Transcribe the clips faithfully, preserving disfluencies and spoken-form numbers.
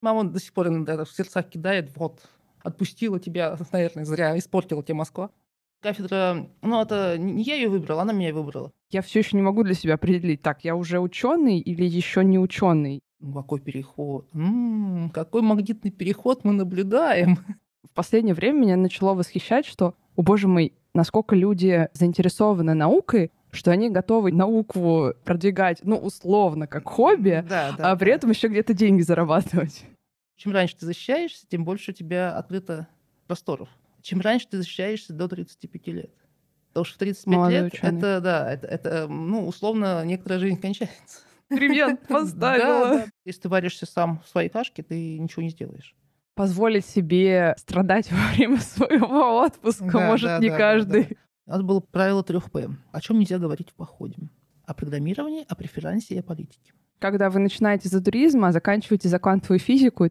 Мама до сих пор иногда в сердцах кидает, вот, отпустила тебя, наверное, зря, испортила тебе Москва. Кафедра, ну, это не я ее выбрала, она меня выбрала. Я все еще не могу для себя определить, так, я уже ученый или еще не ученый. Ну, какой переход? М-м, какой магнитный переход мы наблюдаем. В последнее время меня начало восхищать, что, о боже мой, насколько люди заинтересованы наукой, что они готовы науку продвигать, ну, условно, как хобби, Да, да, а при да. этом еще где-то деньги зарабатывать. Чем раньше ты защищаешься, тем больше у тебя открыто просторов. Чем раньше ты защищаешься до тридцати пяти лет. Потому что в тридцать пять Молодой лет ученый. это, да, это, это, ну, условно, некоторая жизнь кончается. Привет, поставила. Да, да. Если ты варишься сам в своей кашке, ты ничего не сделаешь. Позволить себе страдать во время своего отпуска Да, может да, не да, каждый. да, да. У нас было правило трех П. О чем нельзя говорить в походе? О программировании, о преферансе и о политике. Когда вы начинаете за туризм, а заканчиваете за квантовую физику.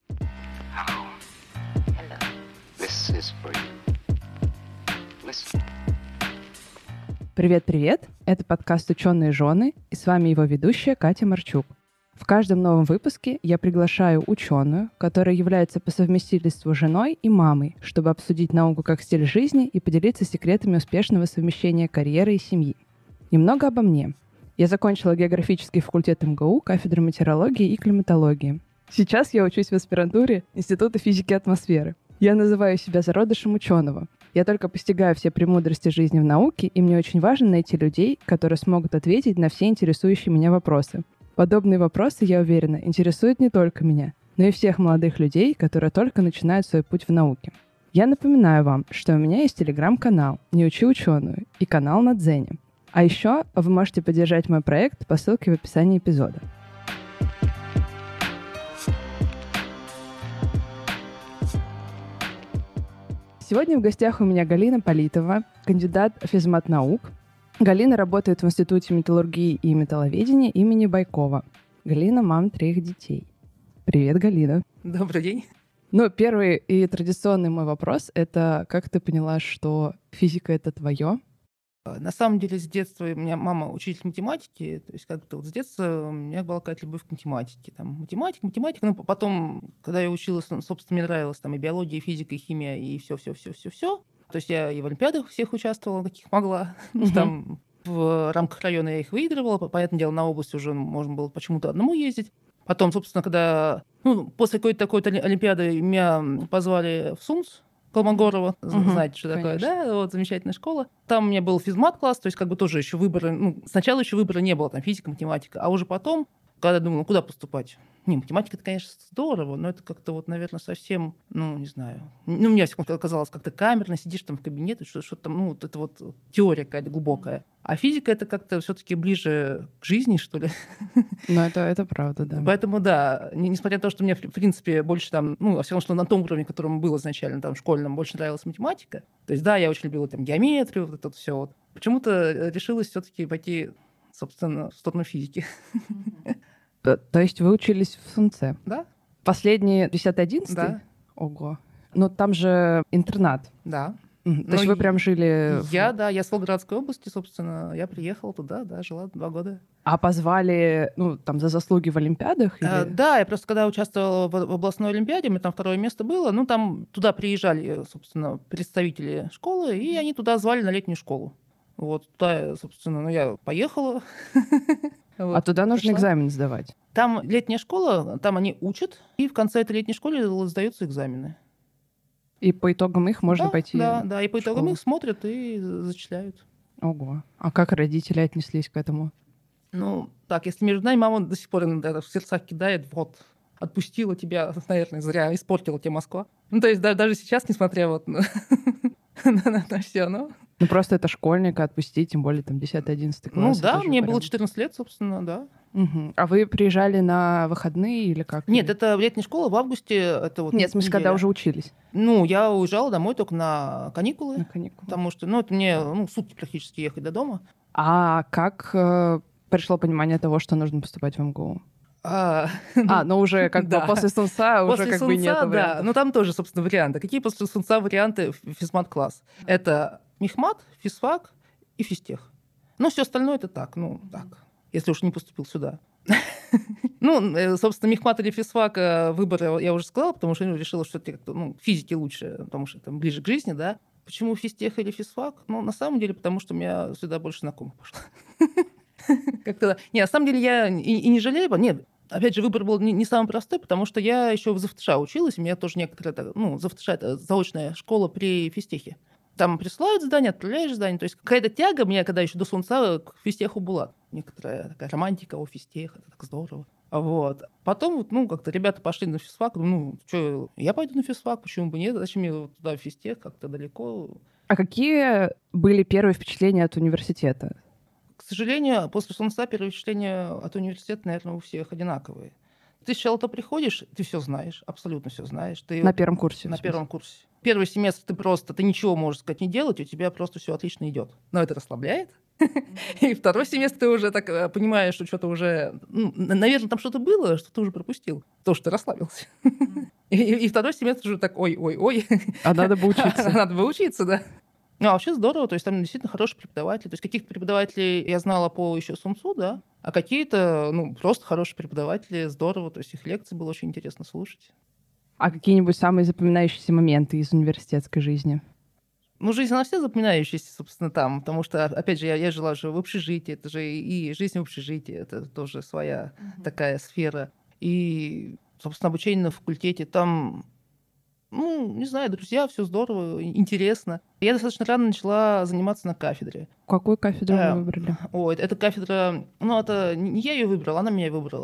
Привет-привет! Это подкаст «Ученые жены», и с вами его ведущая Катя Марчук. В каждом новом выпуске я приглашаю ученую, которая является по совместительству женой и мамой, чтобы обсудить науку как стиль жизни и поделиться секретами успешного совмещения карьеры и семьи. Немного обо мне. Я закончила географический факультет эм гэ у, кафедру метеорологии и климатологии. Сейчас я учусь в аспирантуре Института физики атмосферы. Я называю себя зародышем ученого. Я только постигаю все премудрости жизни в науке, и мне очень важно найти людей, которые смогут ответить на все интересующие меня вопросы. Подобные вопросы, я уверена, интересуют не только меня, но и всех молодых людей, которые только начинают свой путь в науке. Я напоминаю вам, что у меня есть телеграм-канал «Не учи ученую» и канал на Дзене. А еще вы можете поддержать мой проект по ссылке в описании эпизода. Сегодня в гостях у меня Галина Политова, кандидат физмат-наук. Галина работает в Институте металлургии и металловедения имени Байкова. Галина — мама трех детей. Привет, Галина. Добрый день. Ну, первый и традиционный мой вопрос — это как ты поняла, что физика — это твое? На самом деле, с детства у меня мама учитель математики, то есть как-то вот с детства у меня была какая-то любовь к математике. Там, математика, математика, ну, потом, когда я училась, собственно, мне нравилось там и биология, и физика, и химия, и все-все-все-все-все. То есть я и в олимпиадах всех участвовала, каких могла. Uh-huh. Там в рамках района я их выигрывала. Понятное дело, на область уже можно было почему-то одному ездить. Потом, собственно, когда... Ну, после какой-то такой олимпиады меня позвали в СУМС, Колмогорова, uh-huh, знаете, что конечно. Такое, да, вот замечательная школа. Там у меня был физмат-класс, то есть как бы тоже еще выбора, ну, сначала еще выбора не было, там физика, математика, а уже потом, когда я думала, куда поступать? Не, математика, это, конечно, здорово, но это как-то вот, наверное, совсем, ну, не знаю. Ну, мне всегда казалось как-то камерно, сидишь там в кабинете, что-то там, ну, вот это вот теория какая-то глубокая. А физика — это как-то все-таки ближе к жизни, что ли. Ну, это, это правда, да. Поэтому, да, несмотря на то, что мне, в принципе, больше там, ну, все равно, что на том уровне, которым был изначально, там, школьном, больше нравилась математика. То есть, да, я очень любила там геометрию, вот это вот все. Вот. Почему-то решилась все-таки пойти, собственно, в сторону физики. То есть вы учились в СУНЦе? Да. Последние десятый-одиннадцатый? Да. Ого. Но там же интернат. Да. Mm-hmm. То есть вы прям жили... Я, в... да, я с Волгоградской области, собственно, я приехала туда, да, жила два года. А позвали, ну, там, за заслуги в олимпиадах? Или... А, да, я просто когда участвовала в, в областной олимпиаде, у меня там второе место было, ну, там туда приезжали, собственно, представители школы, и они туда звали на летнюю школу. Вот, туда, собственно, ну, я поехала. Вот, а туда нужно пришла. Экзамен сдавать? Там летняя школа, там они учат, и в конце этой летней школы сдаются экзамены. И по итогам их можно да, пойти Да, да, и по итогам школу. Их смотрят и зачисляют. Ого. А как родители отнеслись к этому? Ну, так, если между нами, мама до сих пор иногда в сердцах кидает, вот, отпустила тебя, наверное, зря, испортила тебе Москва. Ну, то есть да, даже сейчас, несмотря вот на, на, на все, но... Ну, просто это школьника отпустить, тем более там десятый-одиннадцатый класс. Ну да, мне прям... было четырнадцать лет, собственно, да. Угу. А вы приезжали на выходные или как? Нет, это летняя школа в августе. Это вот Нет, в смысле, неделя. Когда уже учились? Ну, я уезжала домой только на каникулы. На каникулы. Потому что, ну, это мне ну, сутки практически ехать до дома. А как э, пришло понимание того, что нужно поступать в эм гэ у? А, а, ну уже как бы после СУНЦа уже как бы нет вариантов. Да, ну там тоже, собственно, варианты. Какие после СУНЦа варианты физмат-класс? Это мехмат, физфак и физтех. Ну, все остальное это так, ну, так, если уж не поступил сюда. Ну, э, собственно, мехмат или физфак э, выбор я уже сказала, потому что я решила, что это как-то, ну, физики лучше, потому что это ближе к жизни, да. Почему физтех или физфак? Ну, на самом деле, потому что у меня сюда больше знакомых пошло. Как-то... Не, на самом деле я и, и не жалею. Нет, опять же, выбор был не, не самый простой, потому что я еще в ЗФТШ училась, у меня тоже некоторые... Ну, ЗФТШ — это заочная школа при физтехе. Там присылают задание, отправляешь задание. То есть какая-то тяга мне, когда еще до Сунца, к физтеху была. Некоторая такая романтика, о, физтех, это так здорово. Вот. Потом, вот, ну, как-то ребята пошли на физфак. Ну, что, я пойду на физфак, почему бы нет? Зачем мне вот туда физтех, как-то далеко? А какие были первые впечатления от университета? К сожалению, после Сунца первые впечатления от университета, наверное, у всех одинаковые. Ты сначала-то приходишь, ты все знаешь, абсолютно все знаешь. Ты На первом курсе? На первом курсе. Первый семестр ты просто, ты ничего можешь сказать не делать, у тебя просто все отлично идет. Но это расслабляет. И второй семестр ты уже так понимаешь, что что-то уже... Ну, наверное, там что-то было, что ты уже пропустил. То, что ты расслабился. И, и второй семестр уже так, ой-ой-ой. А надо бы учиться. Надо бы учиться, да. Ну, а вообще здорово, то есть там действительно хорошие преподаватели. То есть каких-то преподавателей я знала по еще Сунцу, да, а какие-то, ну, просто хорошие преподаватели, здорово, то есть их лекции было очень интересно слушать. А какие-нибудь самые запоминающиеся моменты из университетской жизни? Ну, жизнь, она вся запоминающаяся, собственно, там, потому что, опять же, я, я жила же в общежитии, это же и жизнь в общежитии, это тоже своя mm-hmm. такая сфера. И, собственно, обучение на факультете, там... Ну, не знаю, друзья, все здорово, интересно. Я достаточно рано начала заниматься на кафедре. Какую кафедру а, вы выбрали? Ой, это кафедра... Ну, это не я ее выбрала, она меня выбрала.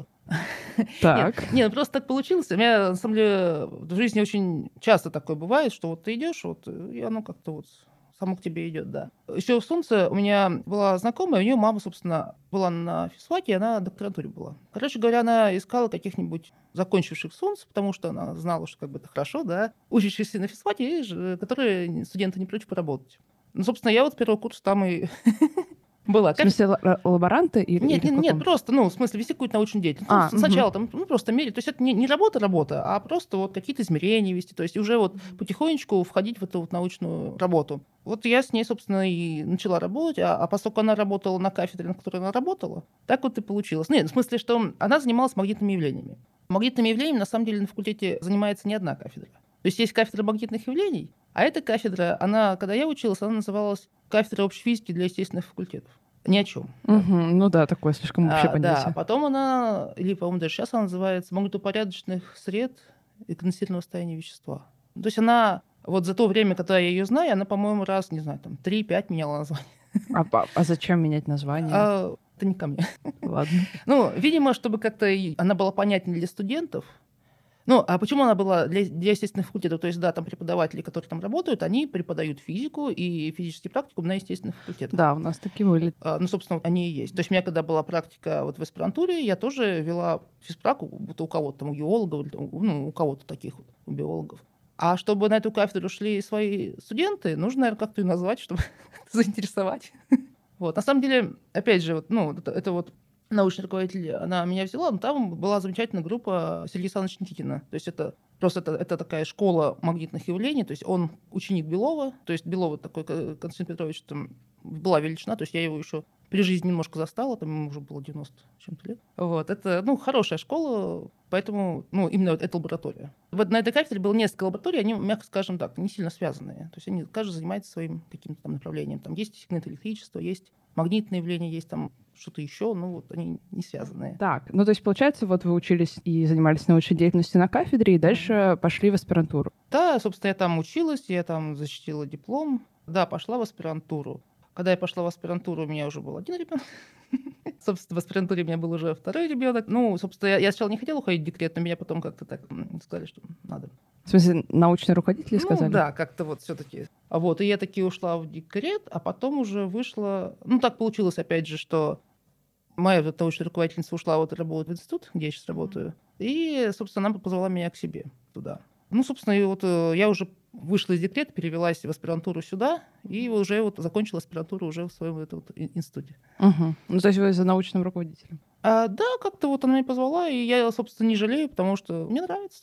Так. Нет, нет, просто так получилось. У меня, на самом деле, в жизни очень часто такое бывает, что вот ты идешь, вот, и оно как-то вот само к тебе идет, да. Еще в Сунце у меня была знакомая, у нее мама, собственно, была на физфаке, она на докторантуре была. Короче говоря, она искала каких-нибудь закончивших Сунце, потому что она знала, что как бы это хорошо, да, учащихся на физфаке, которые студенты не прочь поработать. Ну, собственно, я вот с первого курса там и была. В смысле, л- лаборанты? Или, нет, или нет, нет, просто, ну, в смысле, вести какую-то научную деятельность. А, ну, сначала угу. там, ну, просто мерить. То есть это не, не работа-работа, а просто вот какие-то измерения вести. То есть уже вот потихонечку входить в эту вот научную работу. Вот я с ней, собственно, и начала работать, а, а поскольку она работала на кафедре, на которой она работала, так вот и получилось. Нет, в смысле, что она занималась магнитными явлениями. Магнитными явлениями, на самом деле, на факультете занимается не одна кафедра. То есть есть кафедра магнитных явлений, а эта кафедра, она, когда я училась, она называлась кафедра общей физики для естественных факультетов. Ни о чем. Угу, ну да, такое слишком общее а, понятие. Да, потом она, или, по-моему, даже сейчас она называется магнитоупорядоченных сред и конденсированного состояния вещества. То есть она, вот за то время, когда я ее знаю, она, по-моему, раз, не знаю, там, три-пять меняла название. А, а зачем менять название? А, это не ко мне. Ладно. Ну, видимо, чтобы как-то она была понятнее для студентов. Ну, а почему она была для, для естественных факультетов? То есть, да, там преподаватели, которые там работают, они преподают физику и физический практикум на естественных факультетах. Да, у нас такие были. А, ну, собственно, они и есть. То есть у меня, когда была практика вот в аспирантуре, я тоже вела физпраку, будто у кого-то там, у геологов, ну, у кого-то таких вот, у биологов. А чтобы на эту кафедру шли свои студенты, нужно, наверное, как-то ее назвать, чтобы заинтересовать. Вот. На самом деле, опять же, вот, ну, это, это вот научный руководитель, она меня взяла, но там была замечательная группа Сергея Александровича Никитина. То есть это просто это, это такая школа магнитных явлений. То есть он ученик Белова. То есть Белова такой Константин Петрович там была величина. То есть я его еще при жизни немножко застала, там ему уже было девяносто чем-то лет. Вот. Это, ну, хорошая школа, поэтому, ну, именно вот эта лаборатория. Вот на этой кафедре было несколько лабораторий, они, мягко скажем так, не сильно связанные. То есть они, каждый занимается своим каким-то там направлением. Там есть сигнальное электричество, есть магнитные явления, есть там что-то еще, ну вот они не связанные. Так, ну то есть получается, вот вы учились и занимались научной деятельностью на кафедре, и дальше mm-hmm. пошли в аспирантуру. Да, собственно, я там училась, я там защитила диплом. Да, пошла в аспирантуру. Когда я пошла в аспирантуру, у меня уже был один ребенок. Собственно, в аспирантуре у меня был уже второй ребенок. Ну, собственно, я, я сначала не хотела уходить в декрет, но меня потом как-то так сказали, что надо. В смысле, научные руководители сказали? Ну, да, как-то вот все-таки. А вот, и я таки ушла в декрет, а потом уже вышла... Ну, так получилось, опять же, что моя вот научная руководительница ушла вот работать в институт, где я сейчас работаю, и, собственно, она позвала меня к себе туда. Ну, собственно, и вот я уже вышла из декрета, перевелась в аспирантуру сюда, и уже вот закончила аспирантуру уже в своем это вот институте. Угу. Ну, то есть вы за научным руководителем? А, да, как-то вот она меня позвала, и я, собственно, не жалею, потому что мне нравится.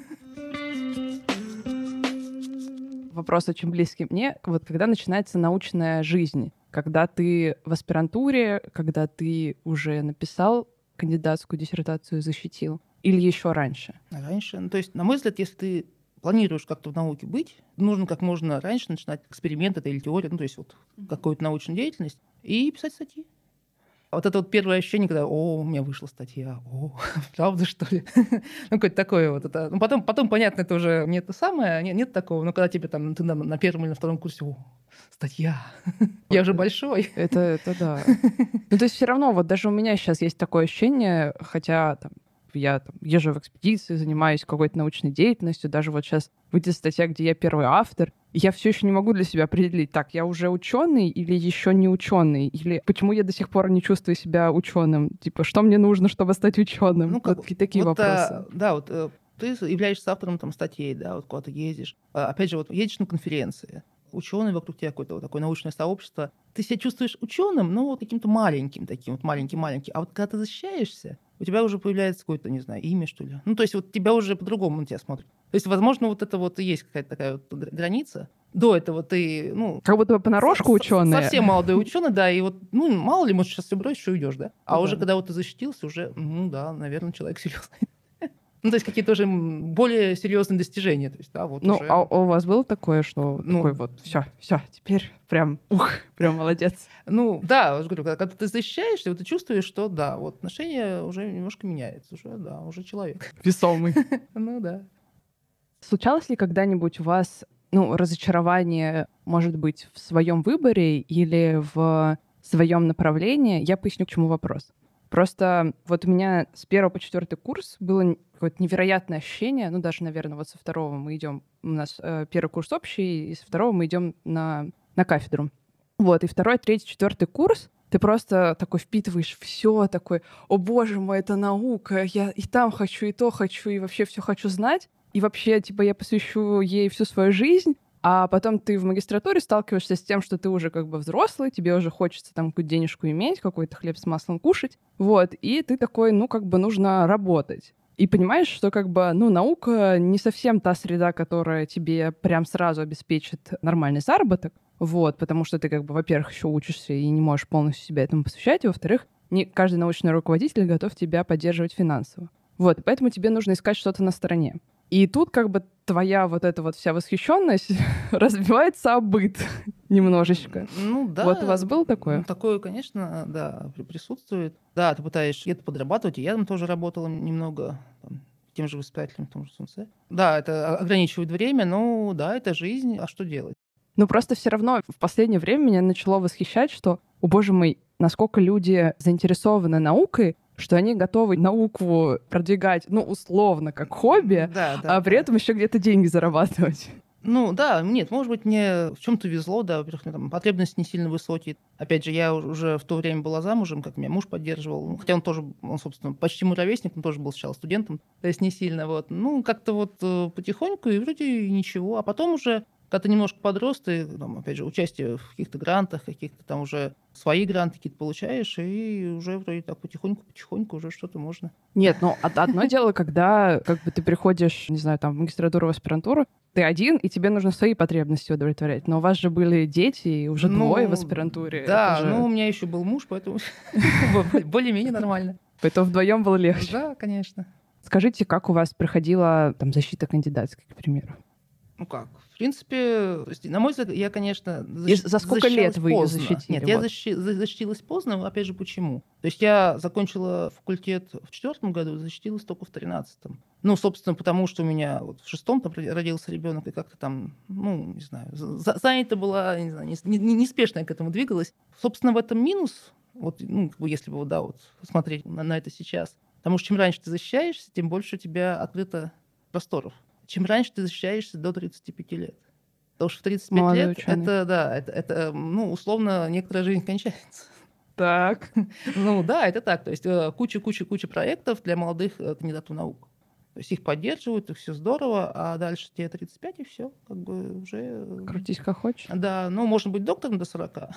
Вопрос очень близкий мне. Вот когда начинается научная жизнь, когда ты в аспирантуре, когда ты уже написал кандидатскую диссертацию защитил? Или еще раньше? Раньше. Ну, то есть, на мой взгляд, если ты планируешь как-то в науке быть, нужно как можно раньше начинать эксперимент это или теория, ну, то есть вот какую-то научную деятельность, и писать статьи. А вот это вот первое ощущение, когда «О, у меня вышла статья, о, правда, что ли?» Ну, какое-то такое вот. Это. Ну, потом, потом, понятно, это уже не то самое, нет, нет такого, но когда тебе там, ты на, на первом или на втором курсе «О, статья, я уже большой». Это, это да. Ну, то есть все равно, вот даже у меня сейчас есть такое ощущение, хотя там, я там, езжу в экспедиции, занимаюсь какой-то научной деятельностью, даже вот сейчас выйдет статья, где я первый автор, и я все еще не могу для себя определить, так, я уже ученый или еще не ученый, или почему я до сих пор не чувствую себя ученым, типа, что мне нужно, чтобы стать ученым? Ну, как, вот такие вот, вопросы. А, да, вот э, ты являешься автором там статей, да, вот куда ты ездишь. А, опять же, вот едешь на конференции, ученые вокруг тебя какое-то вот такое научное сообщество, ты себя чувствуешь ученым, но вот каким-то маленьким таким, вот маленький-маленький. А вот когда ты защищаешься, у тебя уже появляется какое-то, не знаю, имя, что ли. Ну, то есть вот тебя уже по-другому на тебя смотрят. То есть, возможно, вот это вот и есть какая-то такая вот граница. До этого ты, ну... Как будто бы понарошку ученый. Совсем молодой ученый, да, и вот, ну, мало ли, может, сейчас все бросишь и уйдешь, да? А ну, уже да. Когда вот ты защитился, уже, ну, да, наверное, человек серьезный. Ну, то есть какие-то уже более серьезные достижения. То есть, да, вот ну, уже... а у вас было такое, что ну, такой вот, все, все, теперь прям, ух, прям молодец? Ну, да, я же говорю, когда, когда ты защищаешься, вот ты чувствуешь, что, да, вот отношение уже немножко меняется, уже, да, уже человек. Весомый. Ну, да. Случалось ли когда-нибудь у вас, ну, разочарование, может быть, в своем выборе или в своем направлении? Я поясню, к чему вопрос. Просто вот у меня с первого по четвертый курс было какое-то невероятное ощущение, ну, даже, наверное, вот со второго мы идем, у нас э, первый курс общий, и со второго мы идем на, на кафедру. Вот, и второй, третий, четвертый курс, ты просто такой впитываешь все, такой, о боже мой, это наука, я и там хочу, и то хочу, и вообще все хочу знать, и вообще, типа, я посвящу ей всю свою жизнь. А потом ты в магистратуре сталкиваешься с тем, что ты уже как бы взрослый, тебе уже хочется там какую-то денежку иметь, какой-то хлеб с маслом кушать, вот, и ты такой, ну, как бы нужно работать. И понимаешь, что как бы, ну, наука не совсем та среда, которая тебе прям сразу обеспечит нормальный заработок, вот, потому что ты как бы, во-первых, еще учишься и не можешь полностью себя этому посвящать, и, во-вторых, не каждый научный руководитель готов тебя поддерживать финансово. Вот, и поэтому тебе нужно искать что-то на стороне. И тут как бы твоя вот эта вот вся восхищенность разбивается о быт немножечко. Ну да. Вот у вас было такое? Ну, такое, конечно, да, присутствует. Да, ты пытаешься где-то подрабатывать, и я там тоже работала немного, там, тем же воспитателем, в том же Солнце. Да, это ограничивает время, но да, это жизнь, а что делать? Ну просто все равно в последнее время меня начало восхищать, что, о боже мой, насколько люди заинтересованы наукой, что они готовы науку продвигать, ну, условно, как хобби, да, да, а при да. этом еще где-то деньги зарабатывать. Ну, да, нет, может быть, мне в чем-то везло, да, во-первых, там, потребности не сильно высокие. Опять же, я уже в то время была замужем, как меня муж поддерживал, хотя он тоже, он, собственно, почти мой ровесник, он тоже был сначала студентом, то есть не сильно, вот. Ну, как-то вот потихоньку, и вроде ничего, а потом уже когда ты немножко подрос, ты, там, опять же, участие в каких-то грантах, каких-то там уже свои гранты какие-то получаешь, и уже вроде так потихоньку-потихоньку уже что-то можно. Нет, ну одно дело, когда как бы ты приходишь, не знаю, там, в магистратуру, в аспирантуру, ты один, и тебе нужно свои потребности удовлетворять. Но у вас же были дети, и уже ну, двое в аспирантуре. Да, же... ну у меня еще был муж, поэтому более-менее нормально. Поэтому вдвоем было легче. Да, конечно. Скажите, как у вас проходила там защита кандидатской, к примеру? Ну как? В принципе, на мой взгляд, я, конечно, защ... За сколько лет вы ее защитили? Нет, вот. я защи... защитилась поздно, опять же, почему? То есть я закончила факультет в четвертом году, защитилась только в тринадцатом. Ну, собственно, потому что у меня вот в шестом там родился ребенок, и как-то там, ну, не знаю, за... занята была, не знаю, не... Не... неспешно я к этому двигалась. Собственно, в этом минус, вот, ну, если бы, да, вот смотреть на, на это сейчас. Потому что чем раньше ты защищаешься, тем больше у тебя открыто просторов. Чем раньше ты защищаешься до тридцати пяти лет. Потому что в тридцать пять Молодой лет ученый. это, да, это, это, ну, условно, некоторая жизнь кончается. Так. Ну да, это так. То есть куча-куча-куча проектов для молодых кандидатов наук. То есть их поддерживают, их все здорово, а дальше тебе тридцать пять, и все, как бы уже... Крутись как хочешь. Да, ну, можно быть доктором до сорока.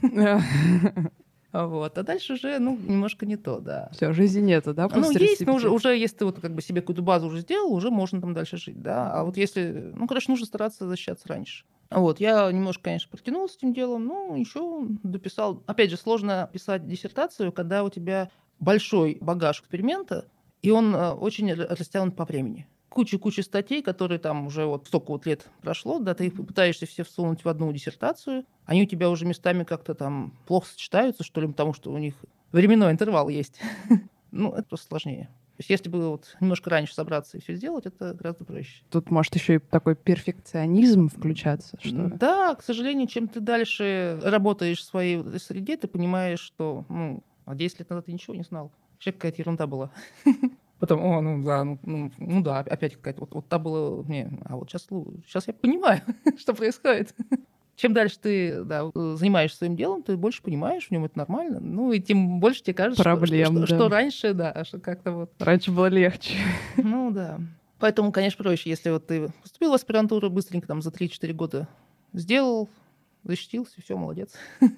Вот. А дальше уже, ну, немножко не то, да. Все, жизни нету, да? Ну, есть, но уже, уже если ты вот как бы себе какую-то базу уже сделал, уже можно там дальше жить, да. А вот если, ну, конечно, нужно стараться защищаться раньше. Вот, я немножко, конечно, протянул с этим делом, но еще дописал. Опять же, сложно писать диссертацию, когда у тебя большой багаж эксперимента, и он очень растянут по времени. Куча-куча статей, которые там уже вот столько вот лет прошло, да, ты их пытаешься все всунуть в одну диссертацию, они у тебя уже местами как-то там плохо сочетаются, что ли, потому что у них временной интервал есть. Ну, это просто сложнее. То есть если бы вот немножко раньше собраться и все сделать, это гораздо проще. Тут может еще и такой перфекционизм включаться. Что... Да, к сожалению, чем ты дальше работаешь в своей среде, ты понимаешь, что ну, а десять лет назад ты ничего не знал. Вообще какая-то ерунда была. Потом, о, ну да, ну, ну, ну да, опять какая-то, вот, вот та была, не, а вот сейчас, сейчас я понимаю, что происходит. Чем дальше ты да, занимаешься своим делом, ты больше понимаешь, в нем это нормально, ну и тем больше тебе кажется, Проблем, что, да. что, что раньше, да, что как-то вот... Раньше было легче. Ну да. Поэтому, конечно, проще, если вот ты поступил в аспирантуру, быстренько там за три-четыре года сделал, защитился, все, молодец.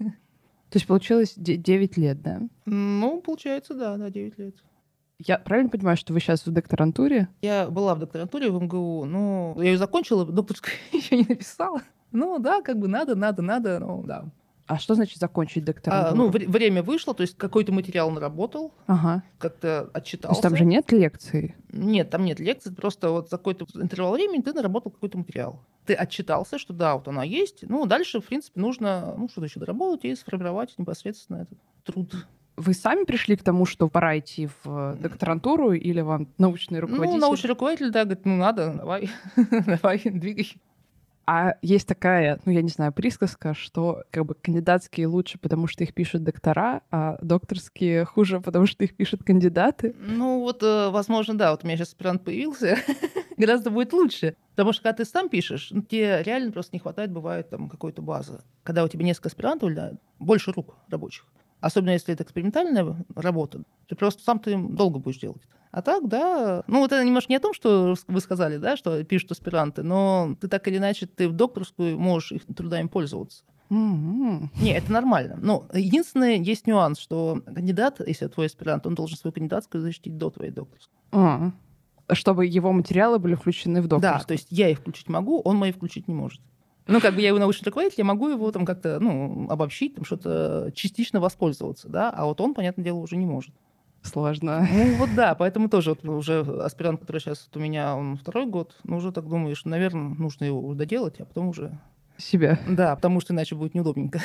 То есть получилось девять лет, да? Ну, получается, да, да, девять лет. Я правильно понимаю, что вы сейчас в докторантуре? Я была в докторантуре в эм гэ у, но я ее закончила, докторскую еще не написала. Ну да, как бы надо, надо, надо, ну да. А что значит закончить докторантуру? А, ну, в- время вышло, то есть какой-то материал наработал, Ага. как-то То отчитался. есть там же нет лекций? Нет, там нет лекций, просто вот за какой-то интервал времени ты наработал какой-то материал. Ты отчитался, что да, вот она есть. Ну, дальше, в принципе, нужно ну, что-то еще доработать и сформировать непосредственно этот труд. Вы сами пришли к тому, что пора идти в докторантуру, или вам научный руководитель? Ну, научный руководитель, да, говорит, ну, надо, давай, давай, двигай. А есть такая, ну, я не знаю, присказка, что как бы кандидатские лучше, потому что их пишут доктора, а докторские хуже, потому что их пишут кандидаты. Ну, вот, возможно, да, вот у меня сейчас аспирант появился, гораздо будет лучше. Потому что когда ты сам пишешь, ну, тебе реально просто не хватает, бывает, там, какой-то базы. Когда у тебя несколько аспирантов, да, больше рук рабочих. Особенно если это экспериментальная работа, ты просто сам ты долго будешь делать. А так, да, ну вот это немножко не о том, что вы сказали, да, что пишут аспиранты, но ты так или иначе, ты в докторскую можешь их трудами пользоваться. Mm-hmm. Не, это нормально. Но единственное, есть нюанс, что кандидат, если твой аспирант, он должен свою кандидатскую защитить до твоей докторской. А, чтобы его материалы были включены в докторскую. Да, то есть я их включить могу, он мои включить не может. Ну, как бы я его научный руководитель, я могу его там как-то, ну, обобщить, там что-то частично воспользоваться, да, а вот он, понятное дело, уже не может. Сложно. Ну, вот да, поэтому тоже вот уже аспирант, который сейчас вот у меня, он второй год, ну, уже так думаешь, наверное, нужно его доделать, а потом уже... Себя. Да, потому что иначе будет неудобненько.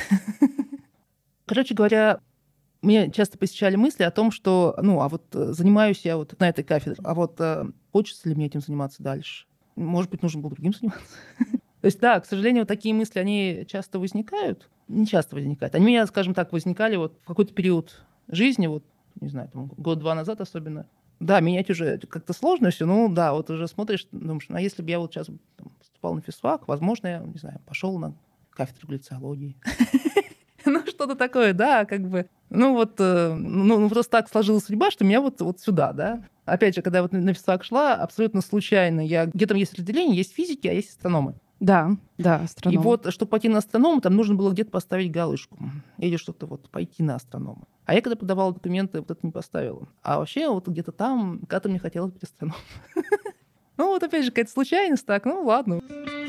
Короче говоря, меня часто посещали мысли о том, что, ну, а вот занимаюсь я вот на этой кафедре, а вот хочется ли мне этим заниматься дальше? Может быть, нужно было другим заниматься? То есть, да, к сожалению, вот такие мысли, они часто возникают. Не часто возникают. Они у меня, скажем так, возникали вот в какой-то период жизни, вот, не знаю, там, год-два назад особенно. Да, менять уже как-то сложно все, ну да, вот уже смотришь, думаешь, а если бы я вот сейчас там, поступал на физфак, возможно, я, не знаю, пошел на кафедру глициологии. Ну, что-то такое, да, как бы. Ну, вот, ну, просто так сложилась судьба, что меня вот, вот сюда, да. Опять же, когда я вот на физфак шла, абсолютно случайно, я... где там есть разделение, есть физики, а есть астрономы. Да, да, астроном. И вот, чтобы пойти на астронома, там нужно было где-то поставить галочку. Или что-то вот, пойти на астронома. А я, когда подавала документы, вот это не поставила. А вообще, вот где-то там, когда-то мне хотелось быть астрономом. Ну, вот опять же, какая-то случайность, так, ну, ладно.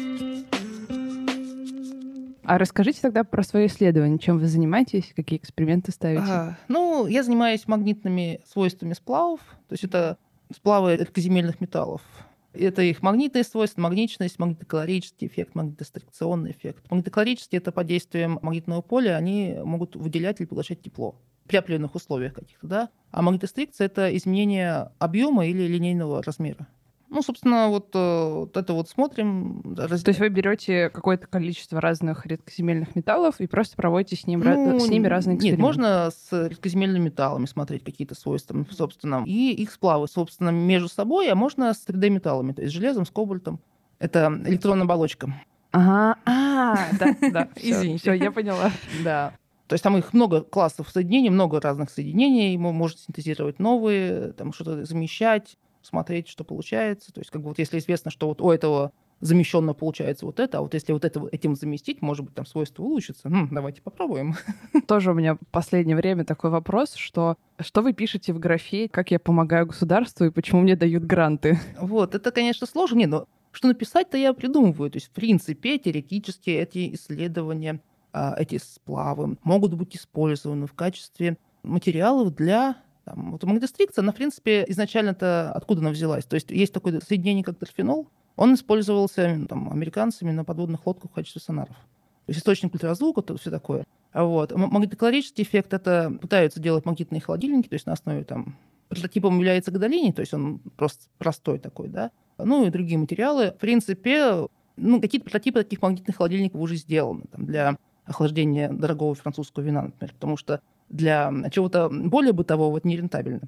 А расскажите тогда про свое исследование. Чем вы занимаетесь, какие эксперименты ставите? А, ну, я занимаюсь магнитными свойствами сплавов. То есть это сплавы редкоземельных металлов. Это их магнитные свойства, магнитность, магнитокалорический эффект, магнитострикционный эффект. Магнитокалорический — это под действием магнитного поля, они могут выделять или поглощать тепло при определенных условиях каких-то, да. А магнитострикция — это изменение объема или линейного размера. Ну, собственно, вот, вот это вот смотрим. Раз... То есть вы берете какое-то количество разных редкоземельных металлов и просто проводите с, ним, ну, с ними разные эксперименты? Нет, можно с редкоземельными металлами смотреть какие-то свойства, собственно, и их сплавы, собственно, между собой, а можно с три дэ-металлами, то есть с железом, с кобальтом. Это электронная оболочка. Ага, а, да, да, извините. Все, я поняла. Да. То есть там их много классов соединений, много разных соединений, можно синтезировать новые, там что-то замещать, смотреть, что получается. То есть как бы вот если известно, что вот у этого замещенно получается вот это, а вот если вот это этим заместить, может быть, там свойства улучшатся. Хм, давайте попробуем. Тоже у меня в последнее время такой вопрос, что что вы пишете в графе, как я помогаю государству и почему мне дают гранты? Вот, это, конечно, сложно. Не, но что написать-то я придумываю. То есть, в принципе, теоретически эти исследования, эти сплавы могут быть использованы в качестве материалов для Там, вот магнитострикция, она, в принципе, изначально-то откуда она взялась? То есть есть такое соединение, как торфенол, он использовался там, американцами на подводных лодках в качестве сонаров. То есть источник ультразвука, то все такое. А вот. Магнитокалорический эффект — это пытаются делать магнитные холодильники, то есть на основе там прототипом является гадолиний, то есть он просто простой такой, да. Ну и другие материалы. В принципе, ну, какие-то прототипы таких магнитных холодильников уже сделаны там, для охлаждения дорогого французского вина, например, потому что для чего-то более бытового это нерентабельно.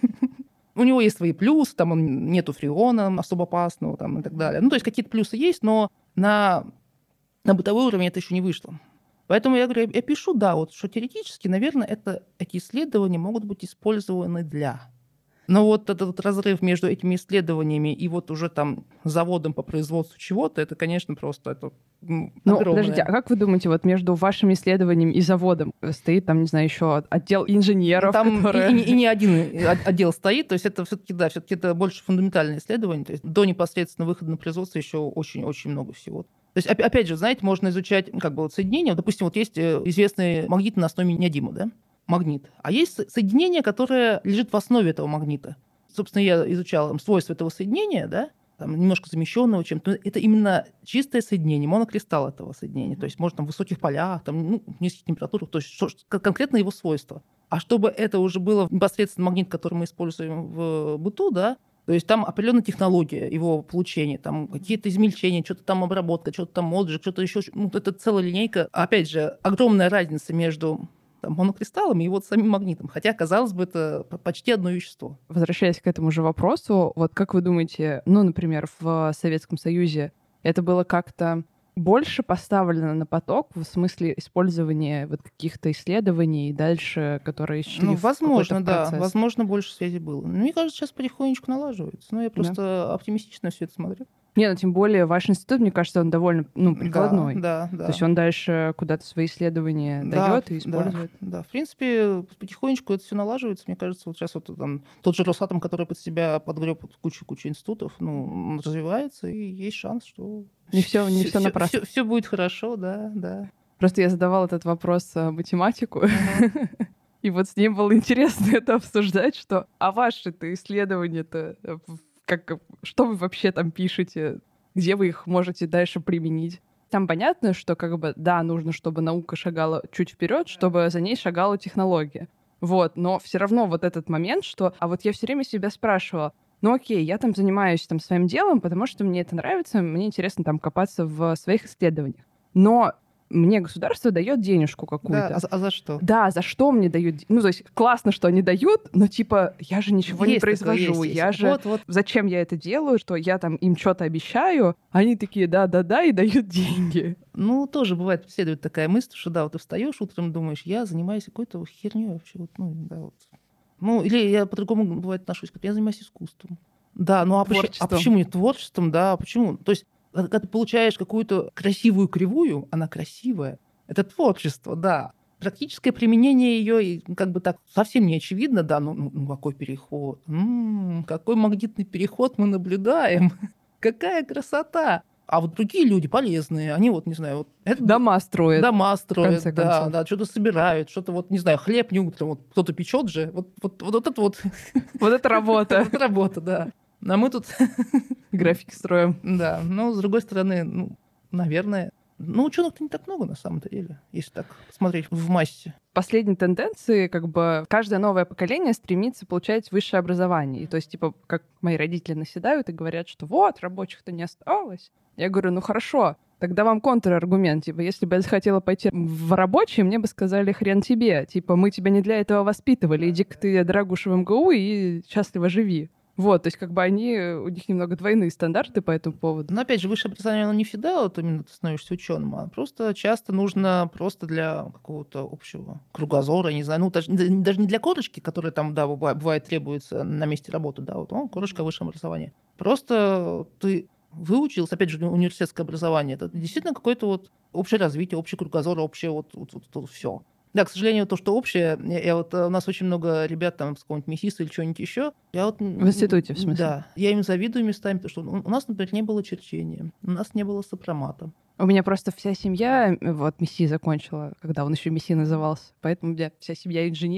У него есть свои плюсы, там он, нету фреона особо опасного там, и так далее. Ну, то есть какие-то плюсы есть, но на, на бытовой уровень это еще не вышло. Поэтому я говорю, я пишу, да, вот, что теоретически, наверное, это, эти исследования могут быть использованы для... Но вот этот вот разрыв между этими исследованиями и вот уже там заводом по производству чего-то, это, конечно, просто это ну, ну, подождите, а как вы думаете, вот между вашим исследованием и заводом стоит там, не знаю, еще отдел инженеров, там которые... и, и, и не один отдел стоит, то есть это все-таки, да, все-таки это больше фундаментальное исследование, то есть до непосредственно выхода на производство еще очень-очень много всего. То есть, опять же, знаете, можно изучать как бы вот соединения. Допустим, вот есть известные магниты на основе неодима, да? Магнит. А есть соединение, которое лежит в основе этого магнита. Собственно, я изучал там, свойства этого соединения, да, там, немножко замещенного чем-то. Это именно чистое соединение, монокристалл этого соединения. То есть можно там, в высоких полях, там, ну, в низких температурах, то есть что, конкретно его свойства. А чтобы это уже было непосредственно магнит, который мы используем в быту, да, то есть там определенная технология его получения, там какие-то измельчения, что-то там обработка, что-то там отжиг, что-то еще. Ну, это целая линейка. Опять же, огромная разница между там, монокристаллом и вот самим магнитом. Хотя, казалось бы, это почти одно вещество. Возвращаясь к этому же вопросу, вот как вы думаете, ну, например, в Советском Союзе это было как-то больше поставлено на поток в смысле использования вот каких-то исследований и дальше, которые шли ну, в возможно, да. процесс? Возможно, больше связи было. Ну, мне кажется, сейчас потихонечку налаживается. Но я просто да. оптимистично все это смотрю. Не, ну тем более ваш институт, мне кажется, он довольно ну, прикладной. Да, да, да. То есть он дальше куда-то свои исследования да, дает и использует. Да, да, в принципе, потихонечку это все налаживается. Мне кажется, вот сейчас вот там тот же Росатом, который под себя подгреб кучу-кучу институтов, ну, он развивается, и есть шанс, что... Не все, не все напрасно. Все, все будет хорошо, да, да. Просто я задавала этот вопрос математику, uh-huh. и вот с ним было интересно это обсуждать, что а ваши-то исследования-то... Как, что вы вообще там пишете, где вы их можете дальше применить. Там понятно, что как бы, да, нужно, чтобы наука шагала чуть вперед, чтобы за ней шагала технология. Вот, но все равно вот этот момент, что... А вот я все время себя спрашивала, ну окей, я там занимаюсь там своим делом, потому что мне это нравится, мне интересно там копаться в своих исследованиях. Но мне государство дает денежку какую-то. Да, а, а за что? Да, за что мне дают? Ну, то есть классно, что они дают, но типа я же ничего есть не произвожу. Такое, есть, я есть. же... Вот, вот. Зачем я это делаю? Что я там им что-то обещаю, они такие да-да-да и дают деньги. Ну, тоже бывает, преследует такая мысль, что да, вот ты встаешь утром, думаешь, я занимаюсь какой-то херней вообще. Вот, ну, да, вот. Ну, или я по-другому, бывает, отношусь, как я занимаюсь искусством. Да, ну а, поч- а почему не творчеством? Да, почему? То есть, когда ты получаешь какую-то красивую кривую, она красивая, это творчество, да. Практическое применение ее как бы так совсем не очевидно, да, ну, ну какой переход, м-м, какой магнитный переход мы наблюдаем, какая красота. А вот другие люди полезные, они вот, не знаю, вот... Это дома строят. Дома строят, да, да, что-то собирают, что-то вот, не знаю, хлеб не утром, вот кто-то печет же, вот, вот, вот это вот... Вот это работа. Вот это работа, да. А мы тут... Графики строим. Да, но, с другой стороны, ну, наверное... Ну, ученых-то не так много, на самом-то деле, если так смотреть в массе. Последней тенденции, как бы, каждое новое поколение стремится получать высшее образование. И то есть, типа, как мои родители наседают и говорят, что вот, рабочих-то не осталось. Я говорю, ну хорошо, тогда вам контраргумент. Типа, если бы я захотела пойти в рабочие, мне бы сказали, хрен тебе. Типа, мы тебя не для этого воспитывали. Иди-ка ты, дорогуша, в эм гэ у и счастливо живи. Вот, то есть как бы они, у них немного двойные стандарты по этому поводу. Но опять же, высшее образование, оно не всегда вот именно ты становишься ученым, а просто часто нужно просто для какого-то общего кругозора, не знаю, ну даже, даже не для корочки, которая там, да, бывает, бывает требуется на месте работы, да, вот он, корочка высшее образование. Просто ты выучился, опять же, университетское образование, это действительно какое-то вот общее развитие, общий кругозор, общее вот, вот, вот, вот все. Да, к сожалению, то, что общее, я, я вот, у нас очень много ребят там с какого-нибудь МИСИСа или чего-нибудь еще. Я вот, в институте, в смысле? Да, я им завидую местами, потому что у нас, например, не было черчения, у нас не было сопромата. У меня просто вся семья, вот МИСИ закончила, когда он еще МИСИ назывался, поэтому у меня вся семья инженеры.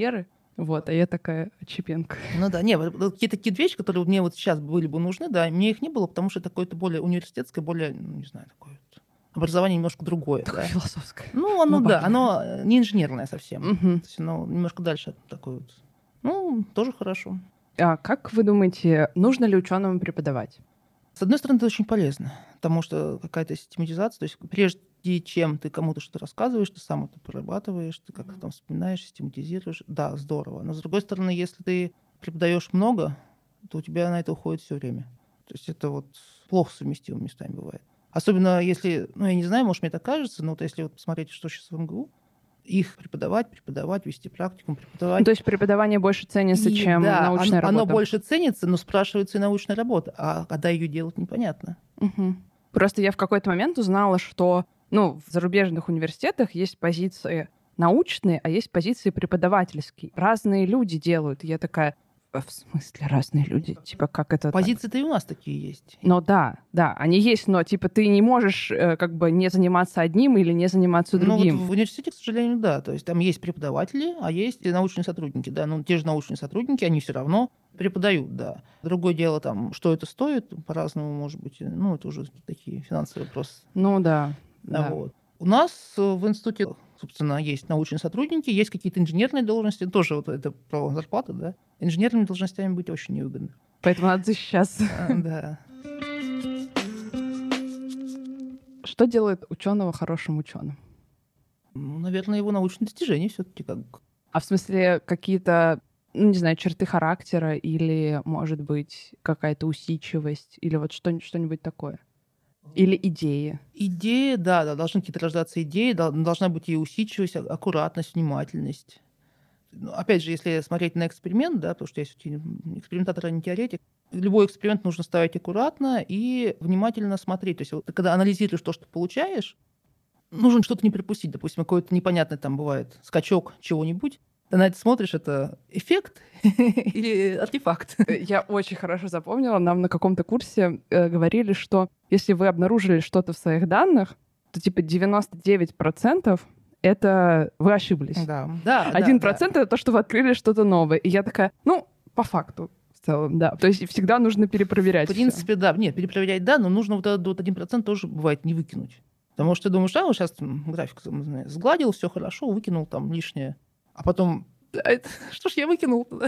Вот, а я такая отщепенка. Ну да, не, какие-то такие вещи, которые мне вот сейчас были бы нужны, да, мне их не было, потому что это какое-то более университетское, более, ну, не знаю, такое вот образование немножко другое. Такое да. философское. Ну, оно, Ну, да, важно. оно не инженерное совсем. Мгм. То есть оно немножко дальше от такой вот. Ну, тоже хорошо. А как вы думаете, нужно ли ученым преподавать? С одной стороны, это очень полезно, потому что какая-то систематизация, то есть прежде чем ты кому-то что-то рассказываешь, ты сам это прорабатываешь, ты как-то там вспоминаешь, систематизируешь. Да, здорово. Но с другой стороны, если ты преподаешь много, то у тебя на это уходит все время. То есть это вот плохо совместимо местами бывает. Особенно если, ну, я не знаю, может, мне так кажется, но вот если вот посмотреть, что сейчас в МГУ, их преподавать, преподавать, вести практикум, преподавать. Ну, то есть преподавание больше ценится, И чем да, научная оно, работа? оно больше ценится, но спрашивается и научная работа. А когда ее делать, непонятно. Мгм. Просто я в какой-то момент узнала, что ну, в зарубежных университетах есть позиции научные, а есть позиции преподавательские. Разные люди делают. И я такая, в смысле разные люди? Типа, как это так? Позиции-то и у нас такие есть. Но да, да, они есть, но типа ты не можешь э, как бы не заниматься одним или не заниматься другим. Ну, вот в университете, к сожалению, да. То есть там есть преподаватели, а есть и научные сотрудники. Да, ну, те же научные сотрудники, они все равно преподают, да. Другое дело, там, что это стоит, по-разному, может быть. Ну, это уже такие финансовые вопросы. Ну да, Да, да. вот. У нас в институте, собственно, есть научные сотрудники, есть какие-то инженерные должности, тоже вот это про зарплату, да. Инженерными должностями быть очень невыгодно. Поэтому надо защищаться. А, да. Что делает ученого хорошим ученым? Ну, наверное, его научные достижения все-таки как бы. А в смысле какие-то, ну, не знаю, черты характера или, может быть, какая-то усидчивость или вот что- что-нибудь такое? Или идеи? Идеи, да, да, должны какие-то рождаться идеи, дол- должна быть и усидчивость, а- аккуратность, внимательность. Ну, опять же, если смотреть на эксперимент, да, потому что я все-таки экспериментатор, а не теоретик, любой эксперимент нужно ставить аккуратно и внимательно смотреть. То есть вот, ты когда анализируешь то, что получаешь, нужно что-то не пропустить. Допустим, какой-то непонятный там бывает скачок чего-нибудь. Ты на это смотришь, это эффект или артефакт? Я очень хорошо запомнила. Нам на каком-то курсе э, говорили, что если вы обнаружили что-то в своих данных, то типа девяносто девять процентов это вы ошиблись. Да, да. Один да, процент это то, что вы открыли что-то новое. И я такая, ну, по факту в целом, да. То есть всегда нужно перепроверять. В принципе, да. Нет, перепроверять, да, но нужно вот этот вот один процент тоже бывает не выкинуть. Потому что ты думаешь, а, вот сейчас график сгладил, все хорошо, выкинул там лишнее. А потом, а это, что ж я выкинул туда?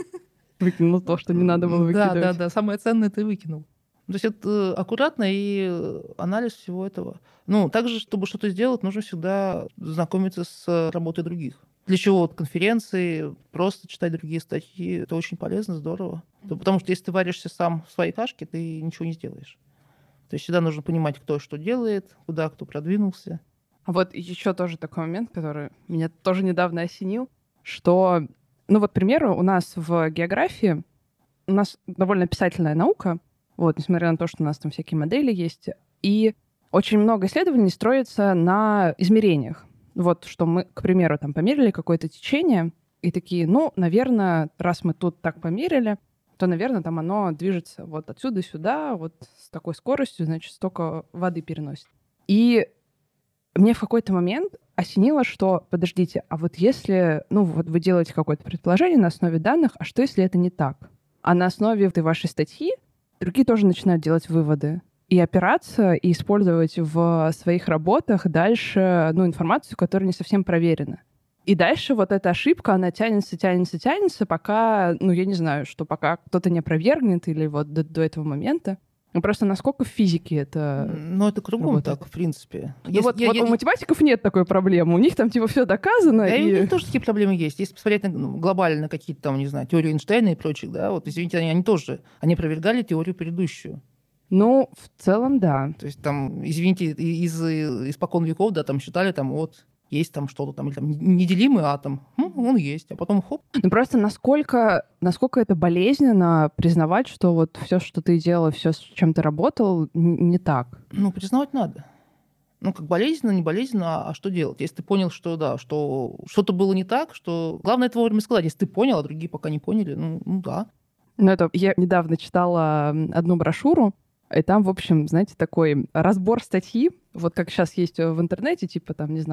Выкинул то, что не надо было выкидывать. Да, да, да, самое ценное ты выкинул. То есть это аккуратно и анализ всего этого. Ну, также, чтобы что-то сделать, нужно всегда знакомиться с работой других. Для чего вот конференции, просто читать другие статьи, это очень полезно, здорово. Потому что если ты варишься сам в своей кашке, ты ничего не сделаешь. То есть всегда нужно понимать, кто что делает, куда кто продвинулся. А вот еще тоже такой момент, который меня тоже недавно осенил, что, ну вот, к примеру, у нас в географии, у нас довольно писательная наука, вот, несмотря на то, что у нас там всякие модели есть, и очень много исследований строится на измерениях. Вот, что мы, к примеру, там померили какое-то течение, и такие, ну, наверное, раз мы тут так померили, то, наверное, там оно движется вот отсюда сюда, вот с такой скоростью, значит, столько воды переносит. И мне в какой-то момент осенило, что, подождите, а вот если, ну, вот вы делаете какое-то предположение на основе данных, а что, если это не так? А на основе этой вашей статьи другие тоже начинают делать выводы и опираться, и использовать в своих работах дальше, ну, информацию, которая не совсем проверена. И дальше вот эта ошибка, она тянется, тянется, тянется, пока, ну, я не знаю, что пока кто-то не опровергнет или вот до, до этого момента. Ну, просто насколько в физике это... Ну, это кругом работает? так, в принципе. Ну, Если- вот, я- вот я- у математиков нет такой проблемы. У них там типа все доказано. Да, и у и... них тоже такие проблемы есть. Если посмотреть на, ну, глобально на какие-то там, не знаю, теории Эйнштейна и прочих, да, вот, извините, они, они тоже, они опровергали теорию предыдущую. Ну, в целом, да. То есть там, извините, и- из, испокон веков, да, там считали, там, вот, есть там что-то там, или там неделимый атом, ну, он есть, а потом хоп. Ну, просто насколько, насколько это болезненно признавать, что вот все, что ты делал, все, с чем ты работал, н- не так. Ну, признавать надо. Ну, как болезненно, не болезненно, а что делать? Если ты понял, что да, что что-то было не так, что... Главное это вовремя сказать. Если ты понял, а другие пока не поняли, ну, ну да. Ну, это я недавно читала м, одну брошюру, и там, в общем, знаете, такой разбор статьи, вот как сейчас есть в интернете, типа там, не знаю,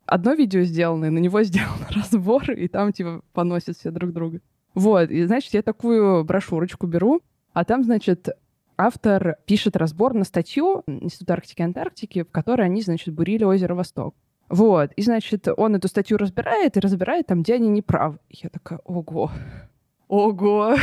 одно видео сделано, и на него сделан разбор, и там, типа, поносят все друг друга. Вот, и, значит, я такую брошюрочку беру, а там, значит, автор пишет разбор на статью Института Арктики и Антарктики, в которой они, значит, бурили озеро Восток. Вот, и, значит, он эту статью разбирает, и разбирает там, где они неправы. И я такая, ого, ого,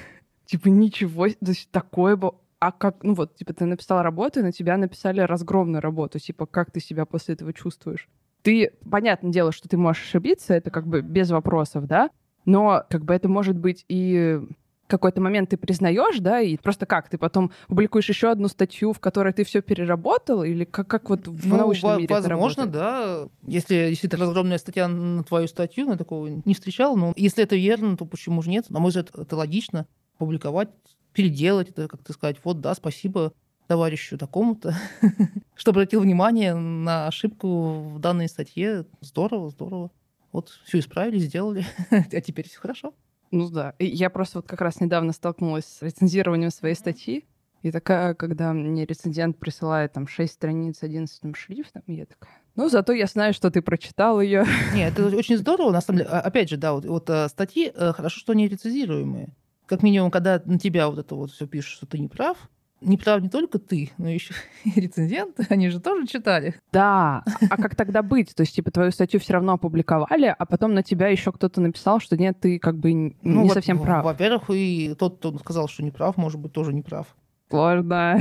типа, ничего, то есть такое было. А как, ну вот, типа, ты написала работу, и на тебя написали разгромную работу, типа, как ты себя после этого чувствуешь? Ты, понятное дело, что ты можешь ошибиться, это как бы без вопросов, да, но как бы это может быть и какой-то момент ты признаешь, да, и просто как, ты потом публикуешь еще одну статью, в которой ты все переработал, или как, как вот в ну, научном во- мире это возможно, работает? да. Если действительно разгромная статья на твою статью, я такого не встречал, но если это верно, то почему же нет? На мой взгляд, это логично. Публиковать, переделать, это как-то сказать, вот, да, спасибо товарищу такому-то, что обратил внимание на ошибку в данной статье. Здорово, здорово. Вот все исправили, сделали, а теперь все хорошо. Ну да. И я просто вот как раз недавно столкнулась с рецензированием своей статьи, и такая, когда мне рецензент присылает там шесть страниц одиннадцатым шрифтом, я такая, ну, зато я знаю, что ты прочитал ее. Нет, это очень здорово, на самом деле. А- Опять же, да, вот, вот а, статьи, э, хорошо, что они рецензируемые. Как минимум, когда на тебя вот это вот все пишут, что ты не прав, не прав не только ты, но еще и рецензенты, они же тоже читали. Да, а как тогда быть? То есть, типа, твою статью все равно опубликовали, а потом на тебя еще кто-то написал, что нет, ты как бы н- Ну, не во- совсем прав. Во-первых, и тот, кто сказал, что не прав, может быть, тоже не прав. Сложно.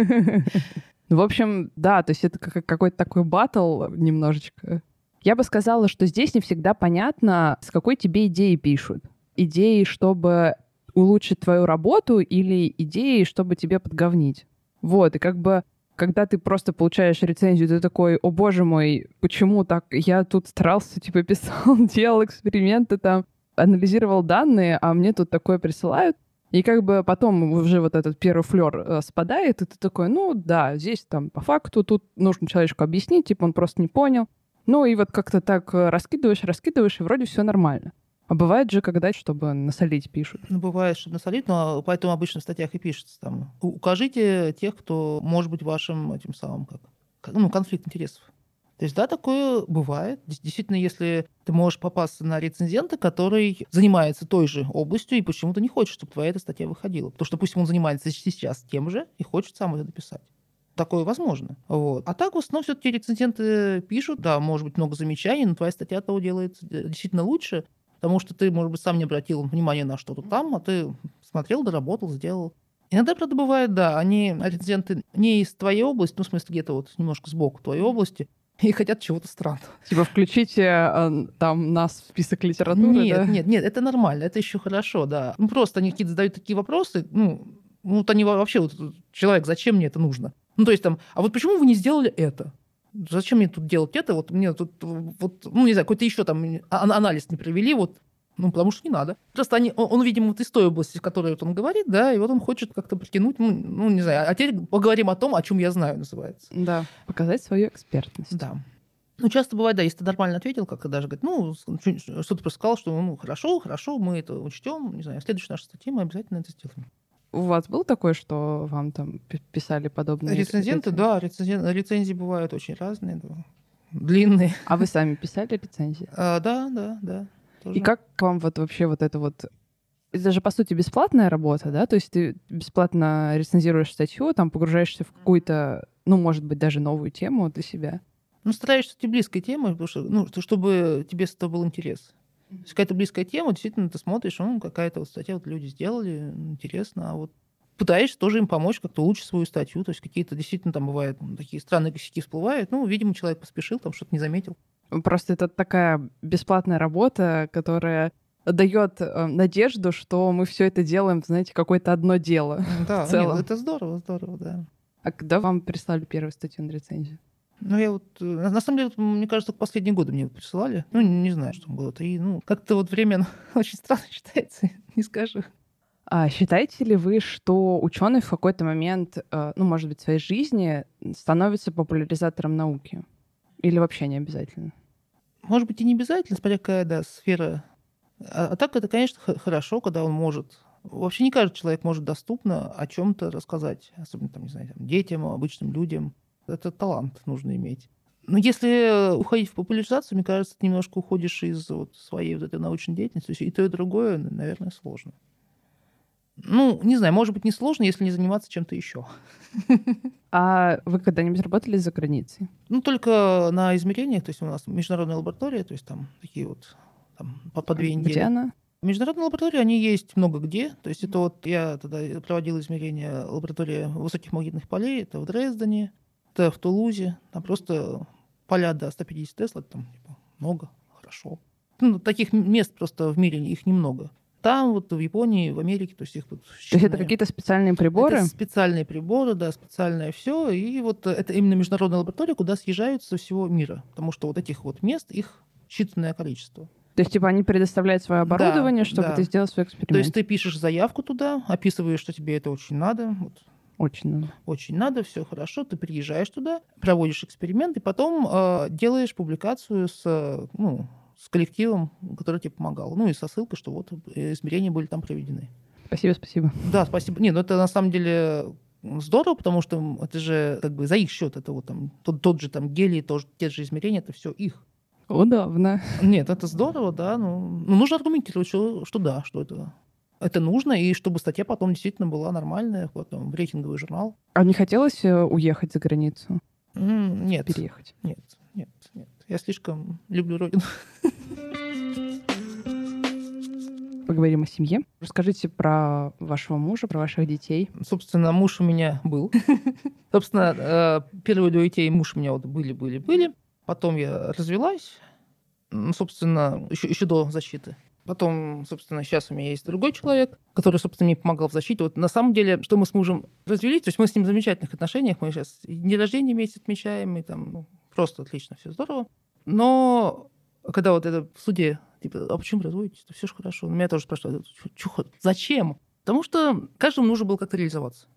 Ну, в общем, да, то есть это как- какой-то такой баттл немножечко. Я бы сказала, что здесь не всегда понятно, с какой тебе идеей пишут. Идеи, чтобы улучшить твою работу, или идеи, чтобы тебе подговнить. Вот, и как бы когда ты просто получаешь рецензию, ты такой, о боже мой, почему так? Я тут старался, типа, писал, делал эксперименты, там, анализировал данные, а мне тут такое присылают. И как бы потом уже вот этот первый флёр э, спадает, и ты такой, ну да, здесь там по факту, тут нужно человеку объяснить, типа он просто не понял. Ну и вот как-то так э, раскидываешь, раскидываешь, и вроде все нормально. А бывает же, когда, чтобы насолить, пишут. Ну, бывает, что насолить, но поэтому обычно в статьях и пишется там. «У- Укажите тех, кто может быть вашим этим самым, как, как- ну, конфликт интересов. То есть, да, такое бывает. Дес- Действительно, если ты можешь попасться на рецензента, который занимается той же областью и почему-то не хочет, чтобы твоя эта статья выходила. Потому что, допустим, он занимается сейчас тем же и хочет сам это написать. Такое возможно. Вот. А так, в основном, все-таки рецензенты пишут, да, может быть, много замечаний, но твоя статья того делает э, действительно лучше, потому что ты, может быть, сам не обратил внимания на что-то там, а ты смотрел, доработал, сделал. Иногда, правда, бывает, да, они, рецензенты, не из твоей области, ну, в смысле, где-то вот немножко сбоку твоей области, и хотят чего-то странного. Типа включите э, там нас в список литературы, Нет, да? нет, нет, это нормально, это еще хорошо, да. Ну, просто они какие-то задают такие вопросы, ну, ну, вот они вообще, вот, человек, зачем мне это нужно? Ну, то есть там, а вот почему вы не сделали это? Зачем мне тут делать это? Вот мне тут, вот, ну, не знаю, какой-то еще там а- анализ не провели, вот, ну, потому что не надо. Просто они, он, он, видимо, вот из той области, в которой вот он говорит, да, и вот он хочет как-то притянуть, ну, ну, не знаю, а теперь поговорим о том, о чем я знаю, называется. Да, показать свою экспертность. Да. Ну, часто бывает, да, если ты нормально ответил, как-то даже говорит, ну, что-то просто сказал, что, ну, хорошо, хорошо, мы это учтем, не знаю, в следующей нашей статье мы обязательно это сделаем. У вас было такое, что вам там пи- писали подобные Рецензенты, рецензии? да, рецензен- рецензии бывают очень разные, да, длинные. А вы сами писали рецензии? А, да, да, да. тоже. И как вам вот вообще вот это вот... Это же, по сути, бесплатная работа, да? То есть ты бесплатно рецензируешь статью, там погружаешься в какую-то, ну, может быть, даже новую тему для себя. Ну, стараешься идти близкой темой, потому что, ну, что- чтобы тебе с этого был интерес. То есть какая-то близкая тема, действительно, ты смотришь, ну, какая-то вот статья вот люди сделали, интересно, а вот пытаешься тоже им помочь как-то улучшить свою статью, то есть какие-то действительно там бывают ну, такие странные косяки всплывают, ну, видимо, человек поспешил, там что-то не заметил. Просто это такая бесплатная работа, которая дает э, надежду, что мы все это делаем, знаете, какое-то одно дело. Да, в целом. нет, это здорово, здорово, да. А когда вам прислали первую статью на рецензию? Ну, я вот, э, на на самом деле, вот, мне кажется, только последние годы мне присылали. Ну, не, не знаю, что было-то. И, ну, как-то вот время оно очень странно считается, не скажу. А считаете ли вы, что ученый в какой-то момент, э, ну, может быть, в своей жизни становится популяризатором науки? Или вообще не обязательно? Может быть, и не обязательно, смотря какая, да, сфера. А, а так это, конечно, х- хорошо, когда он может. Вообще не каждый человек может доступно о чем-то рассказать, особенно, там, не знаю, там, детям, обычным людям. Это талант нужно иметь. Но если уходить в популяризацию, мне кажется, ты немножко уходишь из вот своей вот этой научной деятельности. То есть и то, и другое, наверное, сложно. Ну, не знаю, может быть, не сложно, если не заниматься чем-то еще. А вы когда-нибудь работали за границей? Ну, только на измерениях. То есть у нас международная лаборатория, то есть там такие вот там, по, по две недели. Где она? Международные лаборатории, они есть много где. То есть это вот я тогда проводил измерения лаборатории высоких магнитных полей. Это в Дрездене, это в Тулузе. Там просто поля до ста пятидесяти Тесла, там типа, много, хорошо. Ну, таких мест просто в мире их немного. Там вот в Японии, в Америке, то есть их вот... То есть это какие-то специальные приборы? Это специальные приборы, да, специальное все. И вот это именно международная лаборатория, куда съезжаются со всего мира. Потому что вот этих вот мест, их считанное количество. То есть, типа, они предоставляют свое оборудование, да, чтобы да. ты сделал свой эксперимент? То есть ты пишешь заявку туда, описываешь, что тебе это очень надо. Вот. Очень надо. Очень надо, все хорошо. Ты приезжаешь туда, проводишь эксперимент, и потом э, делаешь публикацию с... Ну, с коллективом, который тебе помогал. Ну и со ссылкой, что вот измерения были там проведены. Спасибо, спасибо. Да, спасибо. Не, ну это на самом деле здорово, потому что это же как бы за их счет. Это вот там тот, тот же там гелий, тоже, те же измерения, это все их. Удобно. Нет, это здорово, да. Ну, ну нужно аргументировать, что, что да, что это, это нужно, и чтобы статья потом действительно была нормальная, потом в рейтинговый журнал. А не хотелось уехать за границу? Mm, нет. Переехать? Нет, нет, нет. Я слишком люблю родину. Поговорим о семье. Расскажите про вашего мужа, про ваших детей. Собственно, муж у меня был. Собственно, первые двое детей муж у меня вот были, были, были. Потом я развелась, собственно, еще, еще до защиты. Потом, собственно, сейчас у меня есть другой человек, который, собственно, мне помогал в защите. Вот на самом деле, что мы с мужем развелись, то есть мы с ним в замечательных отношениях, мы сейчас день рождения вместе отмечаем, и там ну, просто отлично, все здорово. Но когда вот это в суде, типа, а почему разводитесь? Все же хорошо. Меня тоже спрашивают, зачем? Потому что каждому нужно было как-то реализоваться.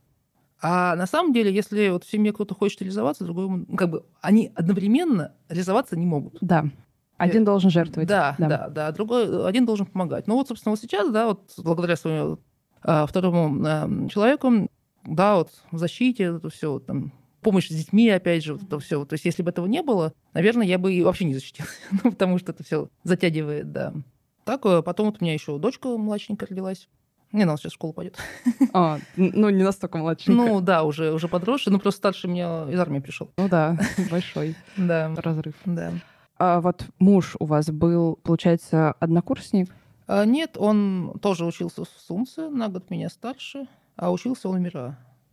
А на самом деле, если вот в семье кто-то хочет реализоваться, другой, как бы, они одновременно реализоваться не могут. Да. Один должен жертвовать. Да, да, да, да. Другой, один должен помогать. Ну вот, собственно, вот сейчас, да, вот благодаря своему а, второму а, человеку, да, вот в защите, это все, вот, там, помощь с детьми, опять же, вот это все. То есть если бы этого не было, наверное, я бы и вообще не защитилась, ну, потому что это все затягивает, да. Так, потом вот у меня еще дочка младшенькая родилась. Не, она сейчас в школу пойдет. А, ну, не настолько младшенькая. Ну, да, уже, уже подросший, ну, просто старший у меня из армии пришел. Ну да, большой разрыв. Да. А вот муж у вас был, получается, однокурсник? А, нет, он тоже учился в Сумце, на год меня старше, а учился он в МИРА.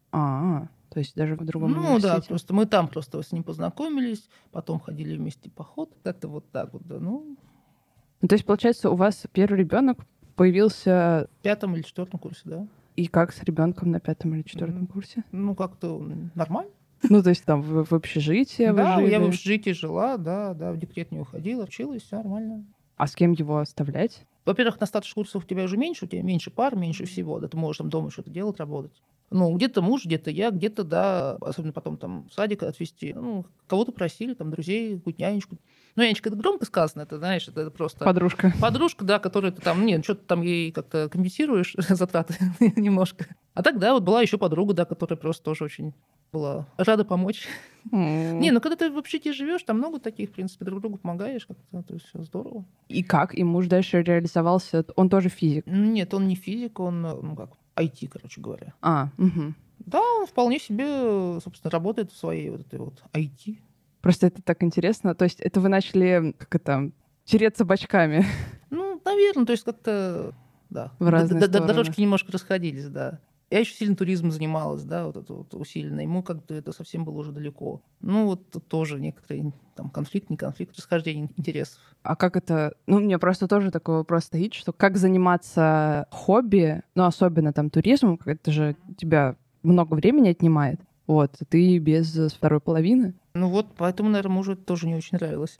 А, то есть даже в другом ну, университете? Ну да, просто мы там просто с ним познакомились, потом ходили вместе в поход, как-то вот так вот, да, ну. Ну, то есть, получается, у вас первый ребенок появился... В пятом или четвертом курсе, да. И как с ребенком на пятом или четвертом курсе? Ну, как-то нормально. Ну, то есть там в, в общежитии вы да, жили? я в общежитии жила, да, да, в декрет не уходила, училась, все нормально. А с кем его оставлять? Во-первых, на старших курсах у тебя уже меньше, у тебя меньше пар, меньше всего, да, ты можешь там дома что-то делать, работать. Ну, где-то муж, где-то я, где-то, да, особенно потом там в садик отвезти. Ну, кого-то просили, там, друзей, какую-то нянечку. Ну, нянечка, это громко сказано, это, знаешь, это просто... Подружка. Подружка, да, которая ты там, нет, что-то там ей как-то компенсируешь затраты немножко. А так, да, вот была еще подруга, да, которая просто тоже очень была рада помочь. Mm. Не, ну когда ты в общежитии живешь, там много таких, в принципе, друг другу помогаешь, как-то это все здорово. И как? И муж дальше реализовался? Он тоже физик? Нет, он не физик, он, ну как, ай ти, короче говоря. А, угу. Да, он вполне себе, собственно, работает в своей вот этой вот ай ти. Просто это так интересно. То есть это вы начали, как это, тереться бочками? Ну, наверное, то есть как-то, да. В разные Д- стороны. Дорожки немножко расходились, да. Я еще сильно туризмом занималась, да, вот это вот усиленно. Ему как-то это совсем было уже далеко. Ну, вот тут тоже некоторые там конфликт, не конфликт, расхождение интересов. А как это... Ну, мне просто тоже такой вопрос стоит, что как заниматься хобби, ну, особенно там туризмом, это же тебя много времени отнимает, вот, ты без второй половины. Ну вот, поэтому, наверное, мужу это тоже не очень нравилось.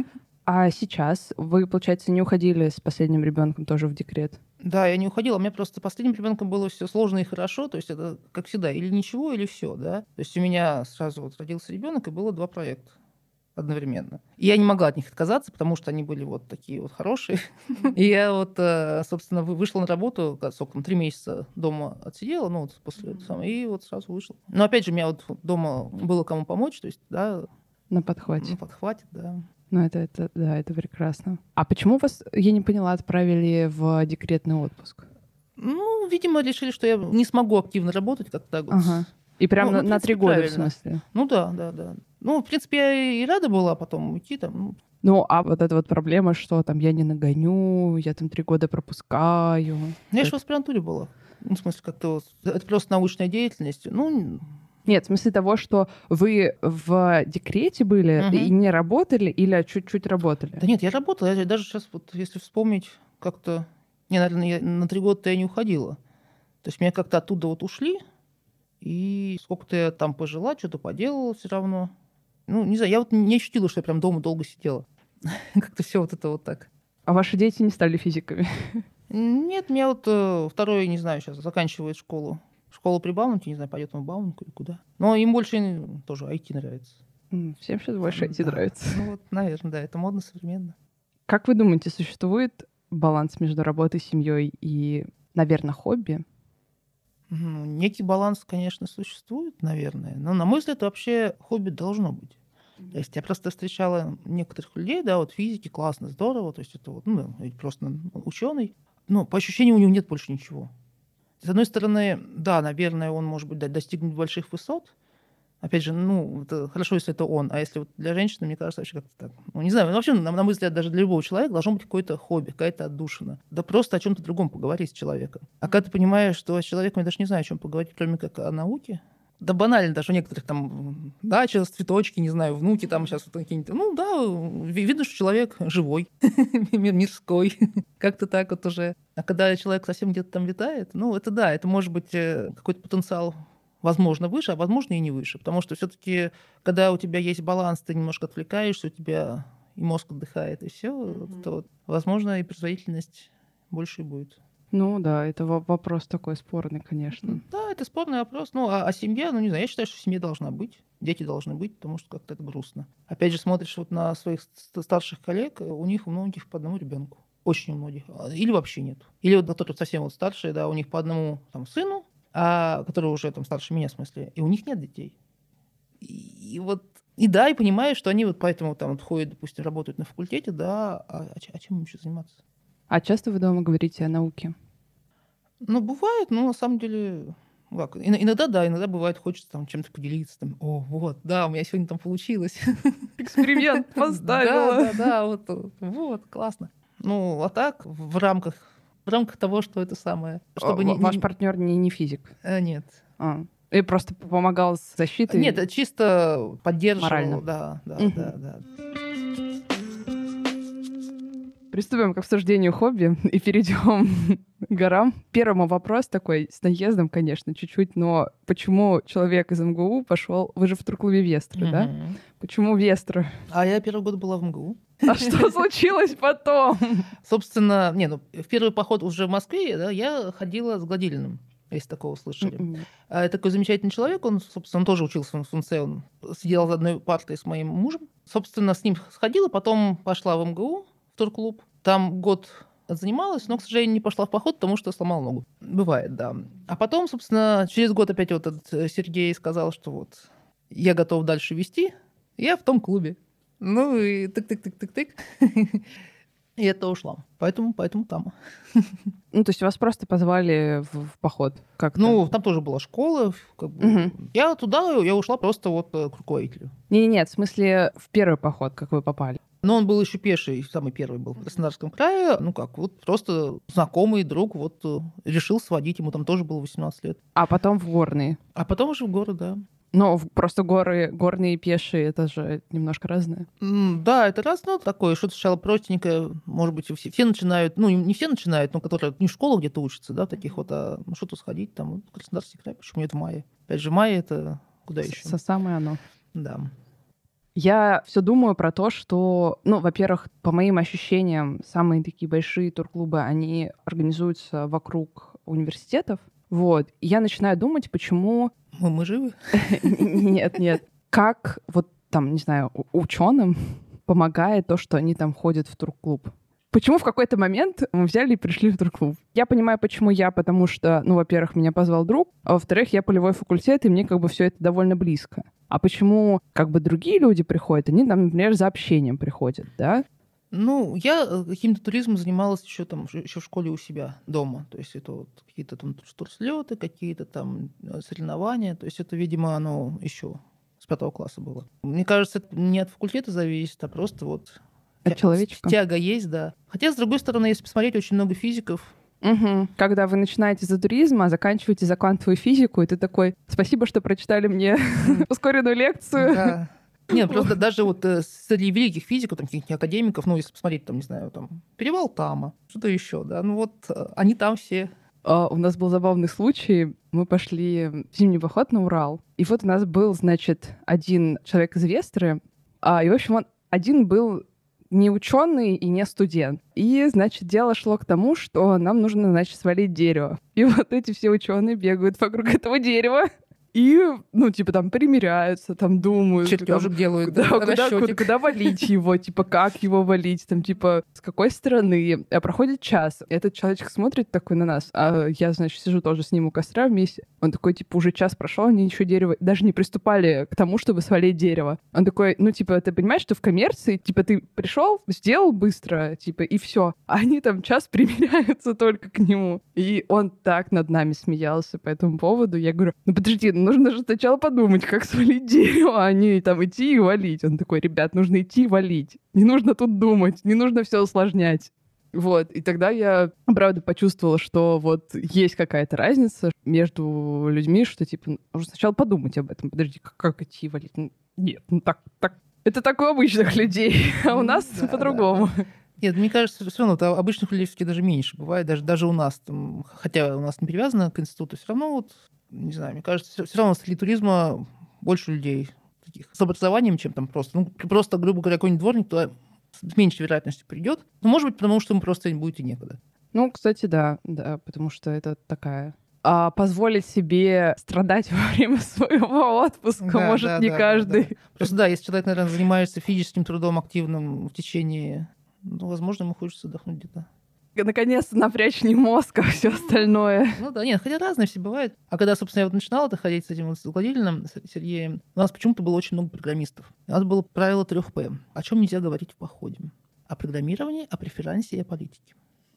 А сейчас вы, получается, не уходили с последним ребенком тоже в декрет? Да, я не уходила. У меня просто с последним ребенком было все сложно и хорошо. То есть это, как всегда, или ничего, или все, да. То есть у меня сразу вот родился ребенок, и было два проекта одновременно. И я не могла от них отказаться, потому что они были вот такие вот хорошие. И я вот, собственно, вышла на работу, сколько там, три месяца дома отсидела, ну, вот после этого, и вот сразу вышла. Но опять же, у меня вот дома было кому помочь, то есть, да, На подхвате. На подхвате, да. Ну, это, это, да, это прекрасно. А почему вас, я не поняла, отправили в декретный отпуск? Ну, видимо, решили, что я не смогу активно работать как-то так вот. Ага. И прям ну, на, ну, на три года, правильно. в смысле? Ну да, да, да. Ну, в принципе, я и рада была потом уйти там. Ну, ну а вот эта вот проблема, что там я не нагоню, я там три года пропускаю. Я же в аспирантуре была. Ну, в смысле, как-то вот, это просто научная деятельность. Ну, нет, в смысле того, что вы в декрете были угу. и не работали или чуть-чуть работали? Да нет, я работала. Я даже сейчас, вот, если вспомнить, как-то... Не, наверное, я, на три года я не уходила. То есть меня как-то оттуда вот ушли, и сколько-то я там пожила, что-то поделала все равно. Ну, не знаю, я вот не ощутила, что я прям дома долго сидела. Как-то все вот это вот так. А ваши дети не стали физиками? Нет, меня вот э, второй, не знаю, сейчас заканчивает школу. Школу при Бауманке, не знаю, пойдет он в Бауманку или куда. Но им больше тоже ай ти нравится. Всем сейчас больше ай ти да. нравится. Ну вот, наверное, да, это модно, современно. Как вы думаете, существует баланс между работой, семьей и, наверное, хобби? Ну, некий баланс, конечно, существует, наверное. Но, на мой взгляд, вообще хобби должно быть. То есть я просто встречала некоторых людей, да, вот физики, классно, здорово, то есть это вот, ну, просто ученый, но по ощущению у него нет больше ничего. С одной стороны, да, наверное, он, может быть, достигнет больших высот. Опять же, ну, это хорошо, если это он, а если вот для женщины, мне кажется, вообще как-то так. Ну, не знаю, вообще, на, на мой взгляд, даже для любого человека должно быть какое-то хобби, какая-то отдушина. Да просто о чем-то другом поговорить с человеком. А когда ты понимаешь, что с человеком я даже не знаю, о чем поговорить, кроме как о науке, да банально, даже у некоторых там дача, цветочки, не знаю, внуки там сейчас вот какие-нибудь. Ну да, видно, что человек живой, мирской. Как-то так вот уже. А когда человек совсем где-то там витает, ну это да, это может быть какой-то потенциал, возможно, выше, а возможно и не выше. Потому что все-таки, когда у тебя есть баланс, ты немножко отвлекаешься, у тебя и мозг отдыхает, и все, mm-hmm. то, вот, возможно, и производительность больше будет. Ну да, это вопрос такой спорный, конечно. Да, это спорный вопрос. Ну, а, а семья, ну не знаю, я считаю, что семья должна быть. Дети должны быть, потому что как-то это грустно. Опять же, смотришь вот на своих старших коллег, у них у многих по одному ребенку. Очень у многих. Или вообще нет. Или вот которые совсем вот старшие, да, у них по одному там сыну, а которые уже там старше меня, в смысле, и у них нет детей. И, и вот, и да, и понимаешь, что они вот поэтому там вот ходят, допустим, работают на факультете, да, а, а чем им еще заниматься? А часто вы дома говорите о науке? Ну, бывает, но на самом деле... Как? Иногда, да, иногда бывает, хочется там чем-то поделиться. Там, о, вот, да, у меня сегодня там получилось. Эксперимент поставила. Да, да, да, вот, вот, классно. Ну, а так, в рамках, в рамках того, что это самое... Чтобы не, Ваш не... партнер не, не физик? А, нет. А. И просто помогал с защитой? Нет, чисто поддерживал. Морально? Да, да, угу. да, да. Приступим к обсуждению хобби и перейдем к горам. Первый вопрос такой, с наездом, конечно, чуть-чуть, но почему человек из эм гэ у пошел? Вы же в турклубе Вестры, mm-hmm. да? Почему Вестра? А я первый год была в эм гэ у. А что случилось потом? Собственно, не, ну, в первый поход уже в Москве, да, я ходила с Гладилиным, если такого слышали. Mm-hmm. А, такой замечательный человек, он, собственно, он тоже учился в эм цэ, он сидел за одной партой с моим мужем. Собственно, с ним сходила, потом пошла в эм гэ у, в турклуб. Там год занималась, но, к сожалению, не пошла в поход, потому что сломала ногу. Бывает, да. А потом, собственно, через год опять вот этот Сергей сказал, что вот я готов дальше вести, я в том клубе. Ну и тык-тык-тык-тык-тык. И это ушла. Поэтому, поэтому там. Ну, то есть вас просто позвали в, в поход? Как-то? Ну, там тоже была школа. Как бы. Угу. Я туда, я ушла просто вот к руководителю. Не-не-нет, в смысле в первый поход, как вы попали? Но он был еще пеший, самый первый был в Краснодарском крае. Ну как, вот просто знакомый друг вот решил сводить, ему там тоже было восемнадцать лет. А потом в горные? А потом уже в горы, да. Но просто горы, горные и пешие, это же немножко разное. Mm, да, это раз, но такое, что-то сначала простенькое, может быть, все, все начинают, ну, не все начинают, но которые не в школу где-то учатся, да, таких вот, а ну, что-то сходить, там, в Краснодарский край, почему нет в мае? Опять же, мае это куда еще? Со самое оно. Да. Я все думаю про то, что, ну, во-первых, по моим ощущениям, самые такие большие турклубы, они организуются вокруг университетов. Вот. И я начинаю думать, почему... Мы, мы живы? Нет, нет. Как вот там, не знаю, ученым помогает то, что они там ходят в турклуб? Почему в какой-то момент мы взяли и пришли в турклуб? Я понимаю, почему я, потому что, ну, во-первых, меня позвал друг, а во-вторых, я полевой факультет, и мне как бы все это довольно близко. А почему как бы другие люди приходят? Они там, например, за общением приходят, да? Ну, я каким-то туризмом занималась еще там, еще в школе у себя дома. То есть это вот какие-то там турслеты, какие-то там соревнования. То есть это, видимо, оно еще с пятого класса было. Мне кажется, это не от факультета зависит, а просто вот от человечка. Тяга есть, да. Хотя, с другой стороны, если посмотреть, очень много физиков. Угу. Когда вы начинаете за туризм, а заканчиваете за квантовую физику, и ты такой, спасибо, что прочитали мне ускоренную лекцию. Да. Нет, просто даже вот среди великих физиков, там, каких-нибудь академиков, ну, если посмотреть, там, не знаю, там, перевал Тама, что-то еще, да, ну вот они там все. Uh, у нас был забавный случай. Мы пошли в зимний поход на Урал. И вот у нас был, значит, один человек из Вестеры. Uh, и, в общем, он один был не ученый и не студент. И, значит, дело шло к тому, что нам нужно, значит, свалить дерево. И вот эти все ученые бегают вокруг этого дерева. И, ну, типа, там, примеряются, там, думают. Чертежик делают, да, куда, куда, куда валить его, типа, как его валить, там, типа, с какой стороны. А проходит час. Этот человечек смотрит такой на нас, а я, значит, сижу тоже с ним у костра вместе. Он такой, типа, уже час прошел, они еще дерево... Даже не приступали к тому, чтобы свалить дерево. Он такой, ну, типа, ты понимаешь, что в коммерции, типа, ты пришел, сделал быстро, типа, и все. А они там час примеряются только к нему. И он так над нами смеялся по этому поводу. Я говорю, ну, подожди, нужно же сначала подумать, как свалить дерево, а не там идти и валить. Он такой, ребят, нужно идти и валить. Не нужно тут думать, не нужно все усложнять. Вот, и тогда я, правда, почувствовала, что вот есть какая-то разница между людьми, что, типа, нужно сначала подумать об этом. Подожди, как, как идти и валить? Ну, нет, ну так, так. Это так у обычных людей, а у нас да, по-другому. Да, да. Нет, мне кажется, все равно обычных людей все-таки даже меньше бывает, даже, даже у нас, там, хотя у нас не привязано к институту, все равно, вот, не знаю, мне кажется, все, все равно среди туризма больше людей таких с образованием, чем там просто. Ну, просто, грубо говоря, какой-нибудь дворник туда с меньшей вероятностью придет. Ну, может быть, потому что ему просто будет и некогда. Ну, кстати, да, да, потому что это такая... А позволить себе страдать во время своего отпуска да, может да, не да, каждый. Да, да. Просто да, если человек, наверное, занимается физическим трудом активным в течение, ну, возможно, ему хочется отдохнуть где-то. Наконец-то напрячь не мозг, а все остальное. Ну да, нет, хотя разные все бывает. А когда, собственно, я вот начинала это ходить с этим вот Гладилиным, с Сергеем, у нас почему-то было очень много программистов. У нас было правило трех П. О чем нельзя говорить в походе? О программировании, о преферансе и о политике.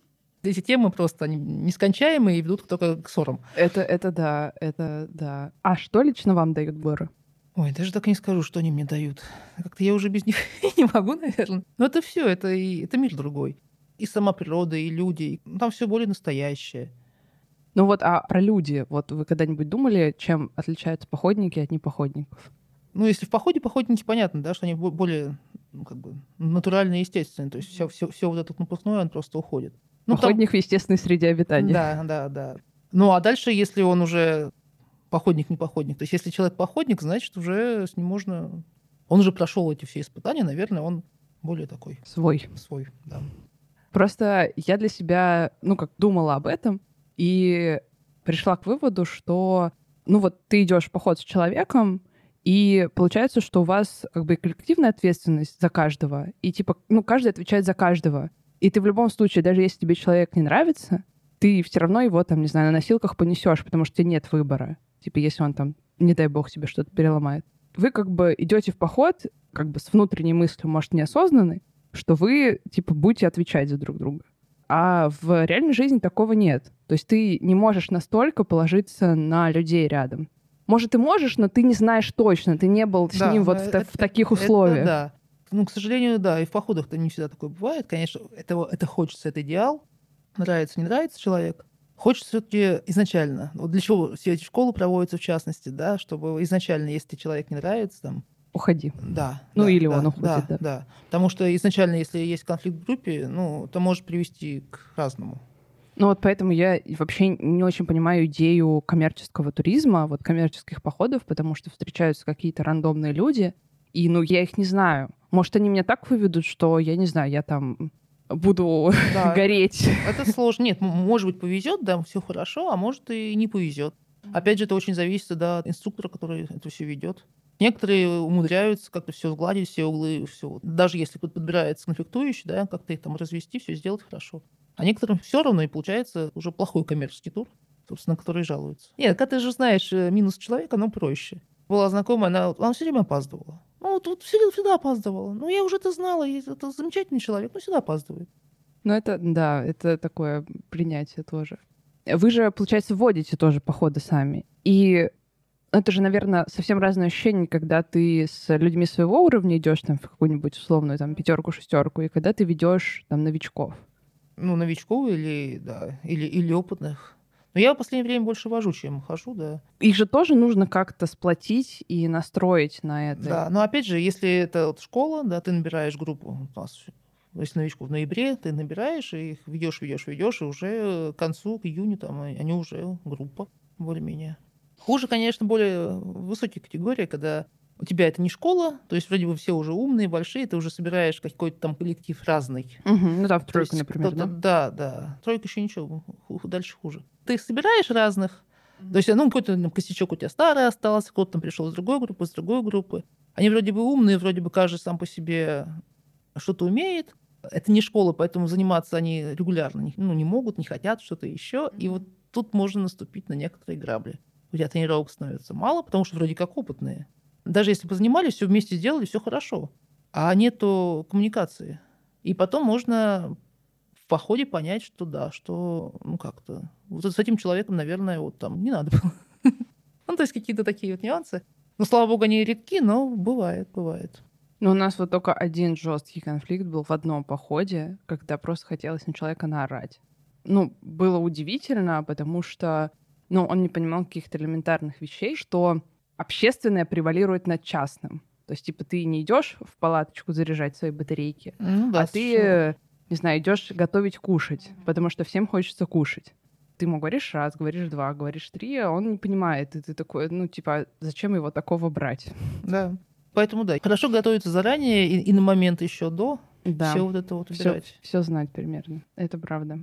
Эти темы просто они нескончаемые и ведут только к ссорам. Это, это да, это да. А что лично вам дают горы? Ой, даже так и не скажу, что они мне дают. Как-то я уже без них не могу, наверное. Но это все, это, и, это мир другой. И сама природа, и люди. И там все более настоящее. Ну вот, а про люди, вот вы когда-нибудь думали, чем отличаются походники от непоходников? Ну, если в походе походники, понятно, да, что они более, ну, как бы, натуральные и естественные. То есть все, все, все вот этот напускной, он просто уходит. Ну, походник там... в естественной среде обитания. Да, да, да. Ну, а дальше, если он уже походник, не походник, то есть если человек походник, значит, уже с ним можно... Он уже прошел эти все испытания, наверное, он более такой... Свой. Свой, да. Просто я для себя, ну, как думала об этом и пришла к выводу, что, ну, вот ты идешь в поход с человеком, и получается, что у вас как бы коллективная ответственность за каждого, и типа, ну, каждый отвечает за каждого. И ты в любом случае, даже если тебе человек не нравится, ты все равно его там, не знаю, на носилках понесешь, потому что тебе нет выбора. Типа, если он там, не дай бог, тебе что-то переломает. Вы как бы идете в поход, как бы с внутренней мыслью, может, неосознанной, что вы, типа, будете отвечать за друг друга. А в реальной жизни такого нет. То есть ты не можешь настолько положиться на людей рядом. Может, и можешь, но ты не знаешь точно, ты не был с да, ним вот это, в, в таких условиях. Это, да. Ну, к сожалению, да, и в походах-то не всегда такое бывает. Конечно, это, это хочется, это идеал. Нравится, не нравится человек. Хочется все-таки изначально. Вот для чего все эти школы проводятся, в частности, да, чтобы изначально, если человек не нравится, там... Уходи. Да. Ну, да, или да, он уходит, да, да. да. Потому что изначально, если есть конфликт в группе, ну, это может привести к разному. Ну вот поэтому я вообще не очень понимаю идею коммерческого туризма, вот коммерческих походов, потому что встречаются какие-то рандомные люди, и, ну, я их не знаю. Может, они меня так выведут, что, я не знаю, я там буду да, гореть. Это сложно. Нет, может быть, повезет, да, все хорошо, а может и не повезет. Опять же, это очень зависит, да, от инструктора, который это все ведет. Некоторые умудряются как-то все сгладить, все углы, все. Даже если кто-то подбирается конфликтующий, да, как-то их там развести, все сделать хорошо. А некоторым все равно, и получается уже плохой коммерческий тур, собственно, на который жалуются. Нет, когда ты же знаешь минус человека, оно проще. Была знакомая, она, она все время опаздывала. Ну, вот, вот всегда, всегда опаздывала. Ну, я уже это знала, и это замечательный человек, но всегда опаздывает. Ну, это, да, это такое принятие тоже. Вы же, получается, вводите тоже походы сами. И это же, наверное, совсем разное ощущение, когда ты с людьми своего уровня идешь там в какую-нибудь условную там пятерку, шестерку, и когда ты ведешь там новичков. Ну, новичков или, да, или, или опытных. Но я в последнее время больше вожу, чем хожу, да. Их же тоже нужно как-то сплотить и настроить на это. Да, но опять же, если это вот школа, да, ты набираешь группу, у нас, если новичков в ноябре, ты набираешь, и их ведешь, ведешь, ведешь, и уже к концу, к июню, там, они уже группа более-менее. Хуже, конечно, более высокие категории, когда у тебя это не школа, то есть вроде бы все уже умные, большие, ты уже собираешь какой-то там коллектив разный. Угу, ну да, в тройку, например, да? Да, да. Тройка еще ничего, дальше хуже. Ты их собираешь разных, mm-hmm. то есть, ну, какой-то там, косячок у тебя старый остался, кто-то там пришел из другой группы, из другой группы. Они вроде бы умные, вроде бы каждый сам по себе что-то умеет. Это не школа, поэтому заниматься они регулярно ну, не могут, не хотят, что-то еще. Mm-hmm. И вот тут можно наступить на некоторые грабли. У тебя тренировок становится мало, потому что вроде как опытные. Даже если позанимались, все вместе сделали, все хорошо. А нету коммуникации. И потом можно в походе понять, что да, что, ну как-то, вот с этим человеком, наверное, вот там не надо было. Ну, то есть какие-то такие вот нюансы. Ну, слава богу, они редки, но бывает, бывает. Ну, у нас вот только один жесткий конфликт был в одном походе, когда просто хотелось на человека наорать. Ну, было удивительно, потому что, ну, он не понимал каких-то элементарных вещей, что общественное превалирует над частным. То есть, типа, ты не идешь в палаточку заряжать свои батарейки, ну, да, а ты, не знаю, идешь готовить кушать, потому что всем хочется кушать. Ты ему говоришь раз, говоришь два, говоришь три, а он не понимает. И ты такой, ну, типа, зачем его такого брать? Да. Поэтому, да, хорошо готовиться заранее и, и на момент еще до. Да. Все вот это вот убирать. Все, все знать примерно. Это правда.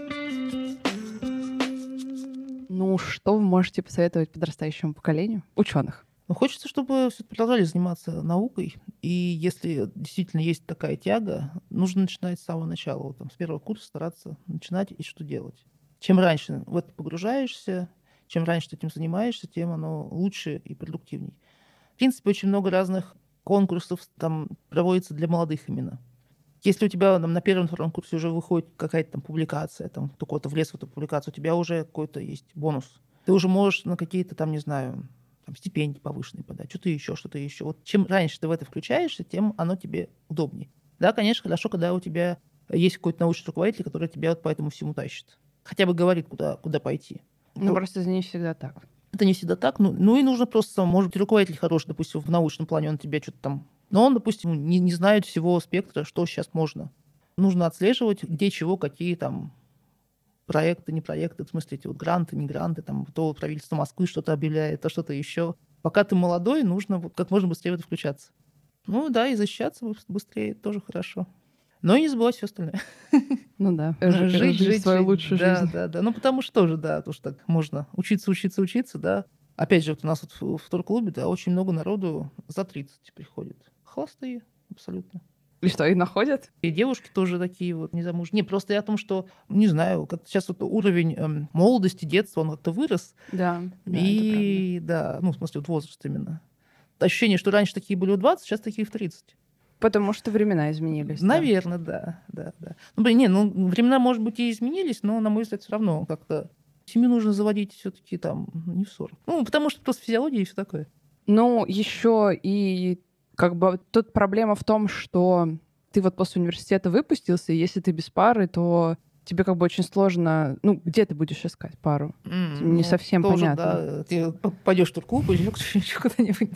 Ну, что вы можете посоветовать подрастающему поколению ученых? Но хочется, чтобы все продолжали заниматься наукой. И если действительно есть такая тяга, нужно начинать с самого начала. Вот, там, с первого курса стараться начинать и что делать. Чем раньше в это погружаешься, чем раньше ты этим занимаешься, тем оно лучше и продуктивней. В принципе, очень много разных конкурсов там проводится для молодых именно. Если у тебя там, на первом-втором курсе уже выходит какая-то там публикация, там кто-то влез в эту публикацию, у тебя уже какой-то есть бонус. Ты уже можешь на какие-то там, не знаю, там, стипендии повышенные подать, что-то еще, что-то еще. Вот чем раньше ты в это включаешься, тем оно тебе удобнее. Да, конечно, хорошо, когда у тебя есть какой-то научный руководитель, который тебя вот по этому всему тащит. Хотя бы говорит, куда, куда пойти. Ну, то... просто это не всегда так. Это не всегда так. Ну, ну и нужно просто, может быть, руководитель хороший, допустим, в научном плане, он тебе что-то там... Но он, допустим, не, не знает всего спектра, что сейчас можно. Нужно отслеживать, где чего, какие там проекты, не проекты, в смысле эти вот гранты, не гранты, там то правительство Москвы что-то объявляет, то что-то еще. Пока ты молодой, нужно вот как можно быстрее в это включаться. Ну да, и защищаться быстрее тоже хорошо. Но и не забывать все остальное. Ну да. Жить, жить, жить свою жить. лучшую да, жизнь. Да, да, да. Ну потому что тоже, да, то что так можно учиться, учиться, учиться, да. Опять же, вот у нас вот в турклубе, да, очень много народу за тридцать приходит. Холостые абсолютно. И что, и находят? И девушки тоже такие вот незамужние. Не, просто я о том, что, не знаю, как сейчас вот уровень эм, молодости, детства, он как-то вырос. Да, да, и, да, ну, в смысле, вот возраст именно. Ощущение, что раньше такие были в двадцать, сейчас такие в тридцать. Потому что времена изменились. Наверное, да, да, да. да. Ну, блин, не, ну, времена, может быть, и изменились, но, на мой взгляд, все равно как-то семью нужно заводить все-таки там не в сорок. Ну, потому что просто физиология и все такое. Ну, еще и как бы тут проблема в том, что ты вот после университета выпустился, и если ты без пары, то тебе как бы очень сложно... Ну, где ты будешь искать пару? Mm, не ну, совсем тоже, понятно. Да, ты пойдешь в турклуб или еще куда-нибудь.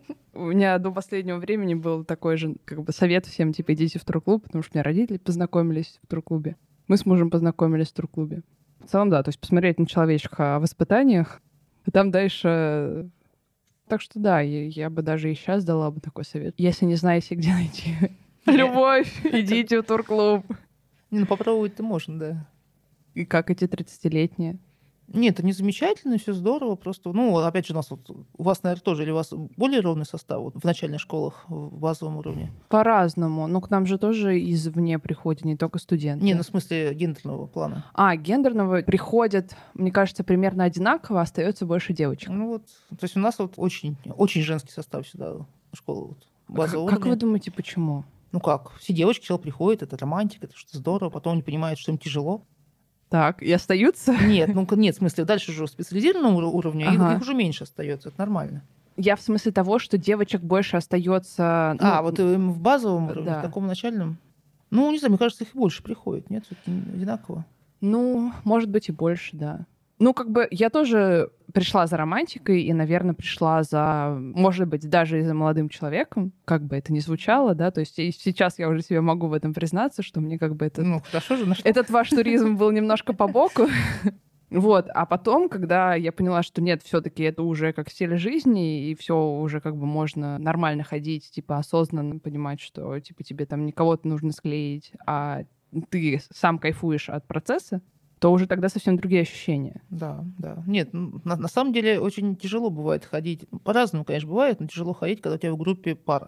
У меня до последнего времени был такой же как бы совет всем, типа, идите в турклуб, потому что у меня родители познакомились в турклубе. Мы с мужем познакомились в турклубе. В целом, да, то есть посмотреть на человечка о воспитаниях, а там дальше... Так что да, я, я бы даже и сейчас дала бы такой совет. Если не знаете, где найти любовь, идите в турклуб. Ну, попробовать-то можно, да. И как эти тридцатилетние? Нет, это не замечательно, все здорово, просто, ну, опять же, у нас вот, у вас, наверное, тоже, или у вас более ровный состав вот, в начальных школах, в базовом уровне? По-разному. Ну, к нам же тоже извне приходят, не только студенты. Не, ну, в смысле гендерного плана. А, гендерного приходят, мне кажется, примерно одинаково, остается больше девочек. Ну, вот, то есть у нас вот очень, очень женский состав сюда, в школу вот, базового Как уровня. вы думаете, почему? Ну как, все девочки сначала приходят, это романтика, это что-то здорово, потом они понимают, что им тяжело. Так, и остаются? Нет, ну нет, в смысле, дальше уже в специализированном ур- уровне Ага. их, их уже меньше остается, это нормально. Я в смысле того, что девочек больше остается. А, вот им в базовом уровне, да. в таком начальном. Ну, не знаю, мне кажется, их и больше приходит, нет? Все-таки одинаково. Ну, может быть, и больше, да. Ну, как бы я тоже пришла за романтикой и, наверное, пришла за, может быть, даже и за молодым человеком, как бы это ни звучало, да, то есть и сейчас я уже себе могу в этом признаться, что мне как бы это... Ну, хорошо же, на что? Этот ваш туризм был немножко по боку. Вот, а потом, когда я поняла, что нет, все-таки это уже как стиль жизни, и все уже как бы можно нормально ходить, типа осознанно понимать, что типа тебе там никого-то нужно склеить, а ты сам кайфуешь от процесса, то уже тогда совсем другие ощущения. Да, да. Нет, ну, на, на самом деле очень тяжело бывает ходить. По-разному, конечно, бывает, но тяжело ходить, когда у тебя в группе пара.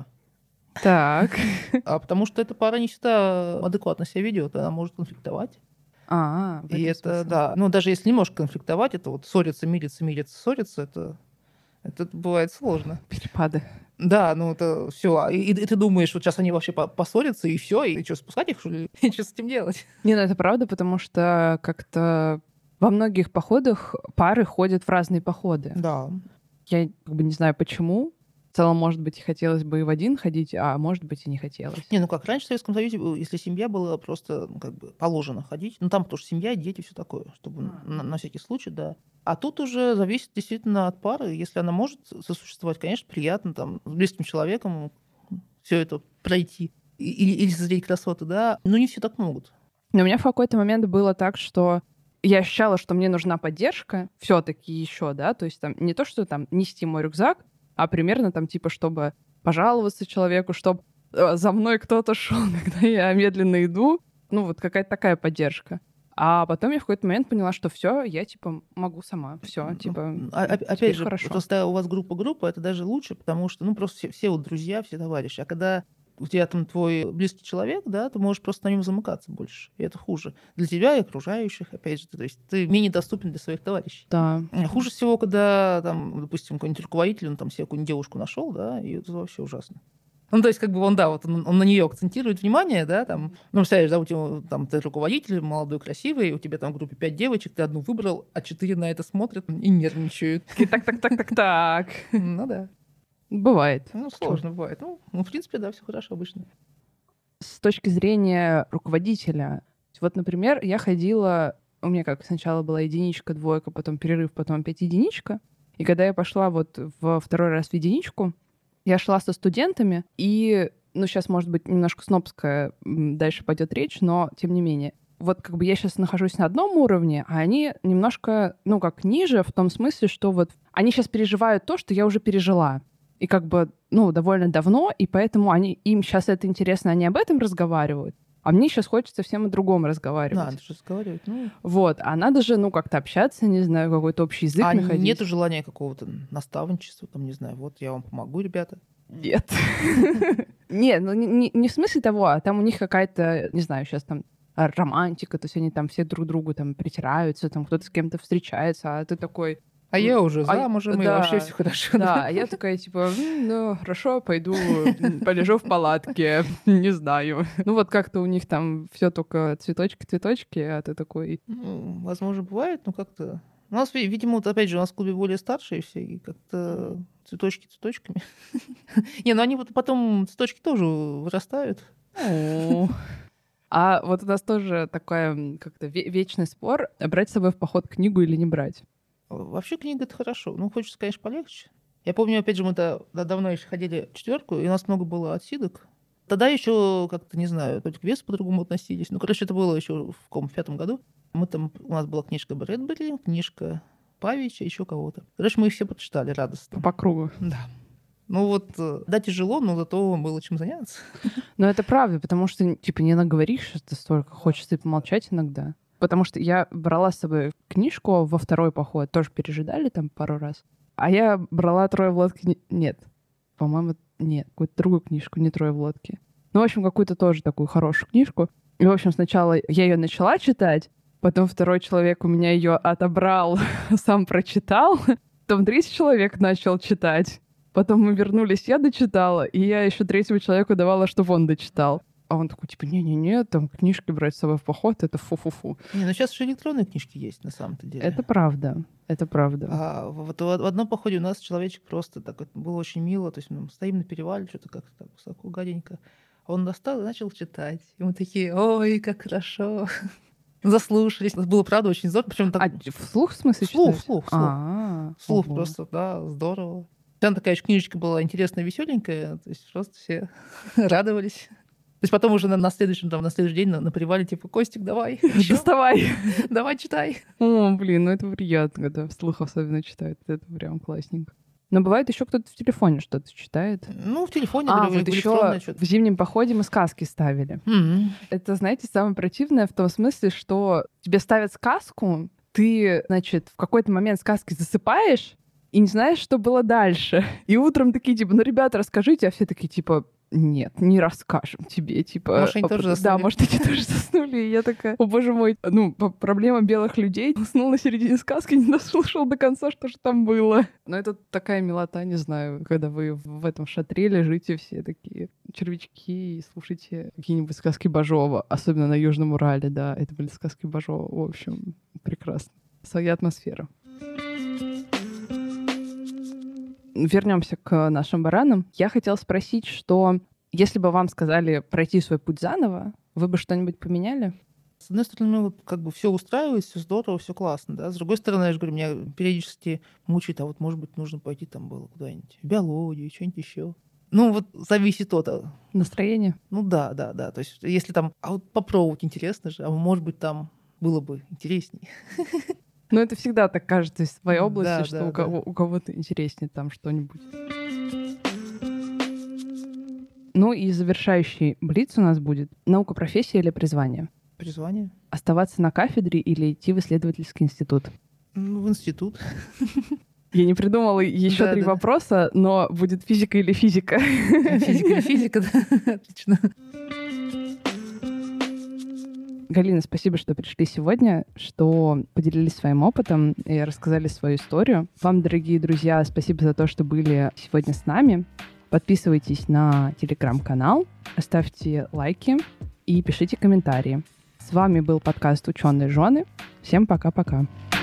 Так. А потому что эта пара не всегда адекватно себя ведет, она может конфликтовать. А, в И этом это, смысле. да, ну даже если не можешь конфликтовать, это вот ссориться, мириться, мириться, ссориться, это, это бывает сложно. Перепады. Да, ну это все. И, и ты думаешь, вот сейчас они вообще по- поссорятся, и все, и что, спускать их, что ли? И что с этим делать? Не, ну это правда, потому что как-то во многих походах пары ходят в разные походы. Да. Я как бы не знаю, почему. В целом, может быть, и хотелось бы и в один ходить, а может быть, и не хотелось. Не, ну как, раньше в Советском Союзе, э, если семья была просто, ну, как бы положено ходить, ну там потому что семья, дети, все такое, чтобы на, на всякий случай, да. А тут уже зависит действительно от пары. Если она может сосуществовать, конечно, приятно там с близким человеком все это пройти и- или, или зазреть красоты, да. Но не все так могут. Но у меня в какой-то момент было так, что я ощущала, что мне нужна поддержка все-таки еще, да, то есть там не то, что там нести мой рюкзак, а примерно там типа, чтобы пожаловаться человеку, чтобы э, за мной кто-то шел, когда я медленно иду. Ну, вот какая-то такая поддержка. А потом я в какой-то момент поняла, что все, я типа могу сама. Все, типа. Ну, а- а- теперь опять же, хорошо. просто у вас группа-группа, это даже лучше, потому что, ну, просто все, все вот друзья, все товарищи. А когда у тебя там твой близкий человек, да, ты можешь просто на нем замыкаться больше. И это хуже. Для тебя и окружающих, опять же. То есть ты менее доступен для своих товарищей. Да. А Хуже всего, когда, там, допустим, какой-нибудь руководитель, он там себе какую-нибудь девушку нашел, да, и это вообще ужасно. Ну, то есть, как бы он, да, вот он, он на нее акцентирует внимание, да, там, ну, представляешь, да, у тебя там ты руководитель, молодой, красивый, у тебя там в группе пять девочек, ты одну выбрал, а четыре на это смотрят и нервничают. Так, так, так, так, так. Ну да. Бывает. Ну, сложно бывает. Ну, ну, в принципе, да, все хорошо обычно. С точки зрения руководителя, вот, например, я ходила, у меня как сначала была единичка, двойка, потом перерыв, потом опять единичка. И когда я пошла вот во второй раз в единичку, я шла со студентами, и, ну, сейчас, может быть, немножко снобская м, дальше пойдет речь, но тем не менее. Вот как бы я сейчас нахожусь на одном уровне, а они немножко, ну, как ниже, в том смысле, что вот они сейчас переживают то, что я уже пережила. И как бы, ну, довольно давно, и поэтому они, им сейчас это интересно, они об этом разговаривают. А мне сейчас хочется всем о другом разговаривать. Надо же разговаривать. Ну, Вот, а надо же, ну, как-то общаться, не знаю, какой-то общий язык а находить. нету желания какого-то наставничества, там, не знаю, вот я вам помогу, ребята. Нет. Не, ну не- не не в смысле того, а там у них какая-то, не знаю, сейчас там а, романтика, то есть они там все друг другу там притираются, там кто-то с кем-то встречается, а ты такой... А я уже А, замужем, и да. вообще все хорошо. Да, а я такая, типа, «М, ну, хорошо, пойду м, полежу в палатке, не знаю. Ну, вот как-то у них там все только цветочки-цветочки, а ты такой... Ну, возможно, бывает, но как-то... У нас, ви- видимо, вот опять же, у нас в клубе более старшие все, и как-то цветочки цветочками. Не, ну они вот потом цветочки тоже вырастают. «О». А вот у нас тоже такой м, как-то ве- вечный спор, брать с собой в поход книгу или не брать. Вообще книга — это хорошо. Ну, хочется, конечно, полегче. Я помню, опять же, мы то да, давно еще ходили в четверку, и у нас много было отсидок. Тогда еще как-то, не знаю, то ли к весу по-другому относились. Ну, короче, это было еще в каком в пятом году. Мы там, у нас была книжка Брэдбери, книжка Павича, еще кого-то. Короче, мы их все прочитали радостно. По кругу. Да. Ну вот, э, да, тяжело, но зато было чем заняться. Но это правда, потому что, типа, не наговоришься ты столько, хочется и помолчать иногда. Потому что я брала с собой книжку во второй поход, тоже пережидали там пару раз. А я брала «Трое в лодке». Нет, по-моему, нет, какую-то другую книжку, не «Трое в лодке». Ну, в общем, какую-то тоже такую хорошую книжку. И, в общем, сначала я ее начала читать, потом второй человек у меня ее отобрал, сам прочитал, потом третий человек начал читать. Потом мы вернулись, я дочитала, и я еще третьему человеку давала, чтобы он дочитал. А он такой, типа, не-не-не, там книжки брать с собой в поход, это фу-фу-фу. Не, ну сейчас же электронные книжки есть, на самом-то деле. Это правда, это правда. А вот в одном походе у нас человечек просто так вот, было очень мило, то есть мы стоим на перевале, что-то как-то так высоко, гаденько. Он достал и начал читать. И мы такие, ой, как хорошо. Заслушались. У нас было, правда, очень здорово. Причем так... А вслух, в смысле, Вслух, читаете? вслух, вслух. А, Вслух ого. просто, да, здорово. Там такая еще книжечка была интересная, веселенькая, то есть просто все радовались. То есть потом уже на, на следующем, там, на следующий день на, на привале, типа, Костик, давай. Доставай. Давай, читай. О, блин, ну это приятно, когда вслух особенно читают. Это прям классненько. Но бывает еще кто-то в телефоне что-то читает. Ну, в телефоне А, или вот в еще электронное что-то. в зимнем походе мы сказки ставили. Mm-hmm. Это, знаете, самое противное в том смысле, что тебе ставят сказку, ты, значит, в какой-то момент сказки засыпаешь и не знаешь, что было дальше. И утром такие, типа, ну, ребята, расскажите, а все такие, типа, нет, не расскажем тебе, типа... Может, они тоже заснули. Да, может, они тоже заснули. И я такая, о, боже мой, ну, проблема белых людей. Уснул на середине сказки, не дослушал до конца, что же там было. Но это такая милота, не знаю, когда вы в этом шатре лежите все такие червячки и слушаете какие-нибудь сказки Бажова, особенно на Южном Урале, да, это были сказки Бажова. В общем, прекрасно. Своя атмосфера. Вернемся к нашим баранам. Я хотела спросить, что если бы вам сказали пройти свой путь заново, вы бы что-нибудь поменяли? С одной стороны, вот как бы все устраивает, все здорово, все классно, да. С другой стороны, я же говорю, меня периодически мучает, а вот, может быть, нужно пойти там было куда-нибудь в биологию, что-нибудь еще. Ну, вот зависит от... Настроение? Ну, да, да, да. То есть, если там... А вот попробовать интересно же, а может быть, там было бы интересней. Ну, это всегда так кажется из своей области, Да, что да, у, кого, да. у кого-то интереснее там что-нибудь. Ну и завершающий блиц у нас будет наука, профессия или призвание? Призвание. Оставаться на кафедре или идти в исследовательский институт? Ну, в институт. Я не придумала еще Да, три да. вопроса, но будет физика или физика? Физика или физика, да. Отлично. Галина, спасибо, что пришли сегодня, что поделились своим опытом и рассказали свою историю. Вам, дорогие друзья, спасибо за то, что были сегодня с нами. Подписывайтесь на телеграм-канал, ставьте лайки и пишите комментарии. С вами был подкаст «Ученые жены». Всем пока-пока.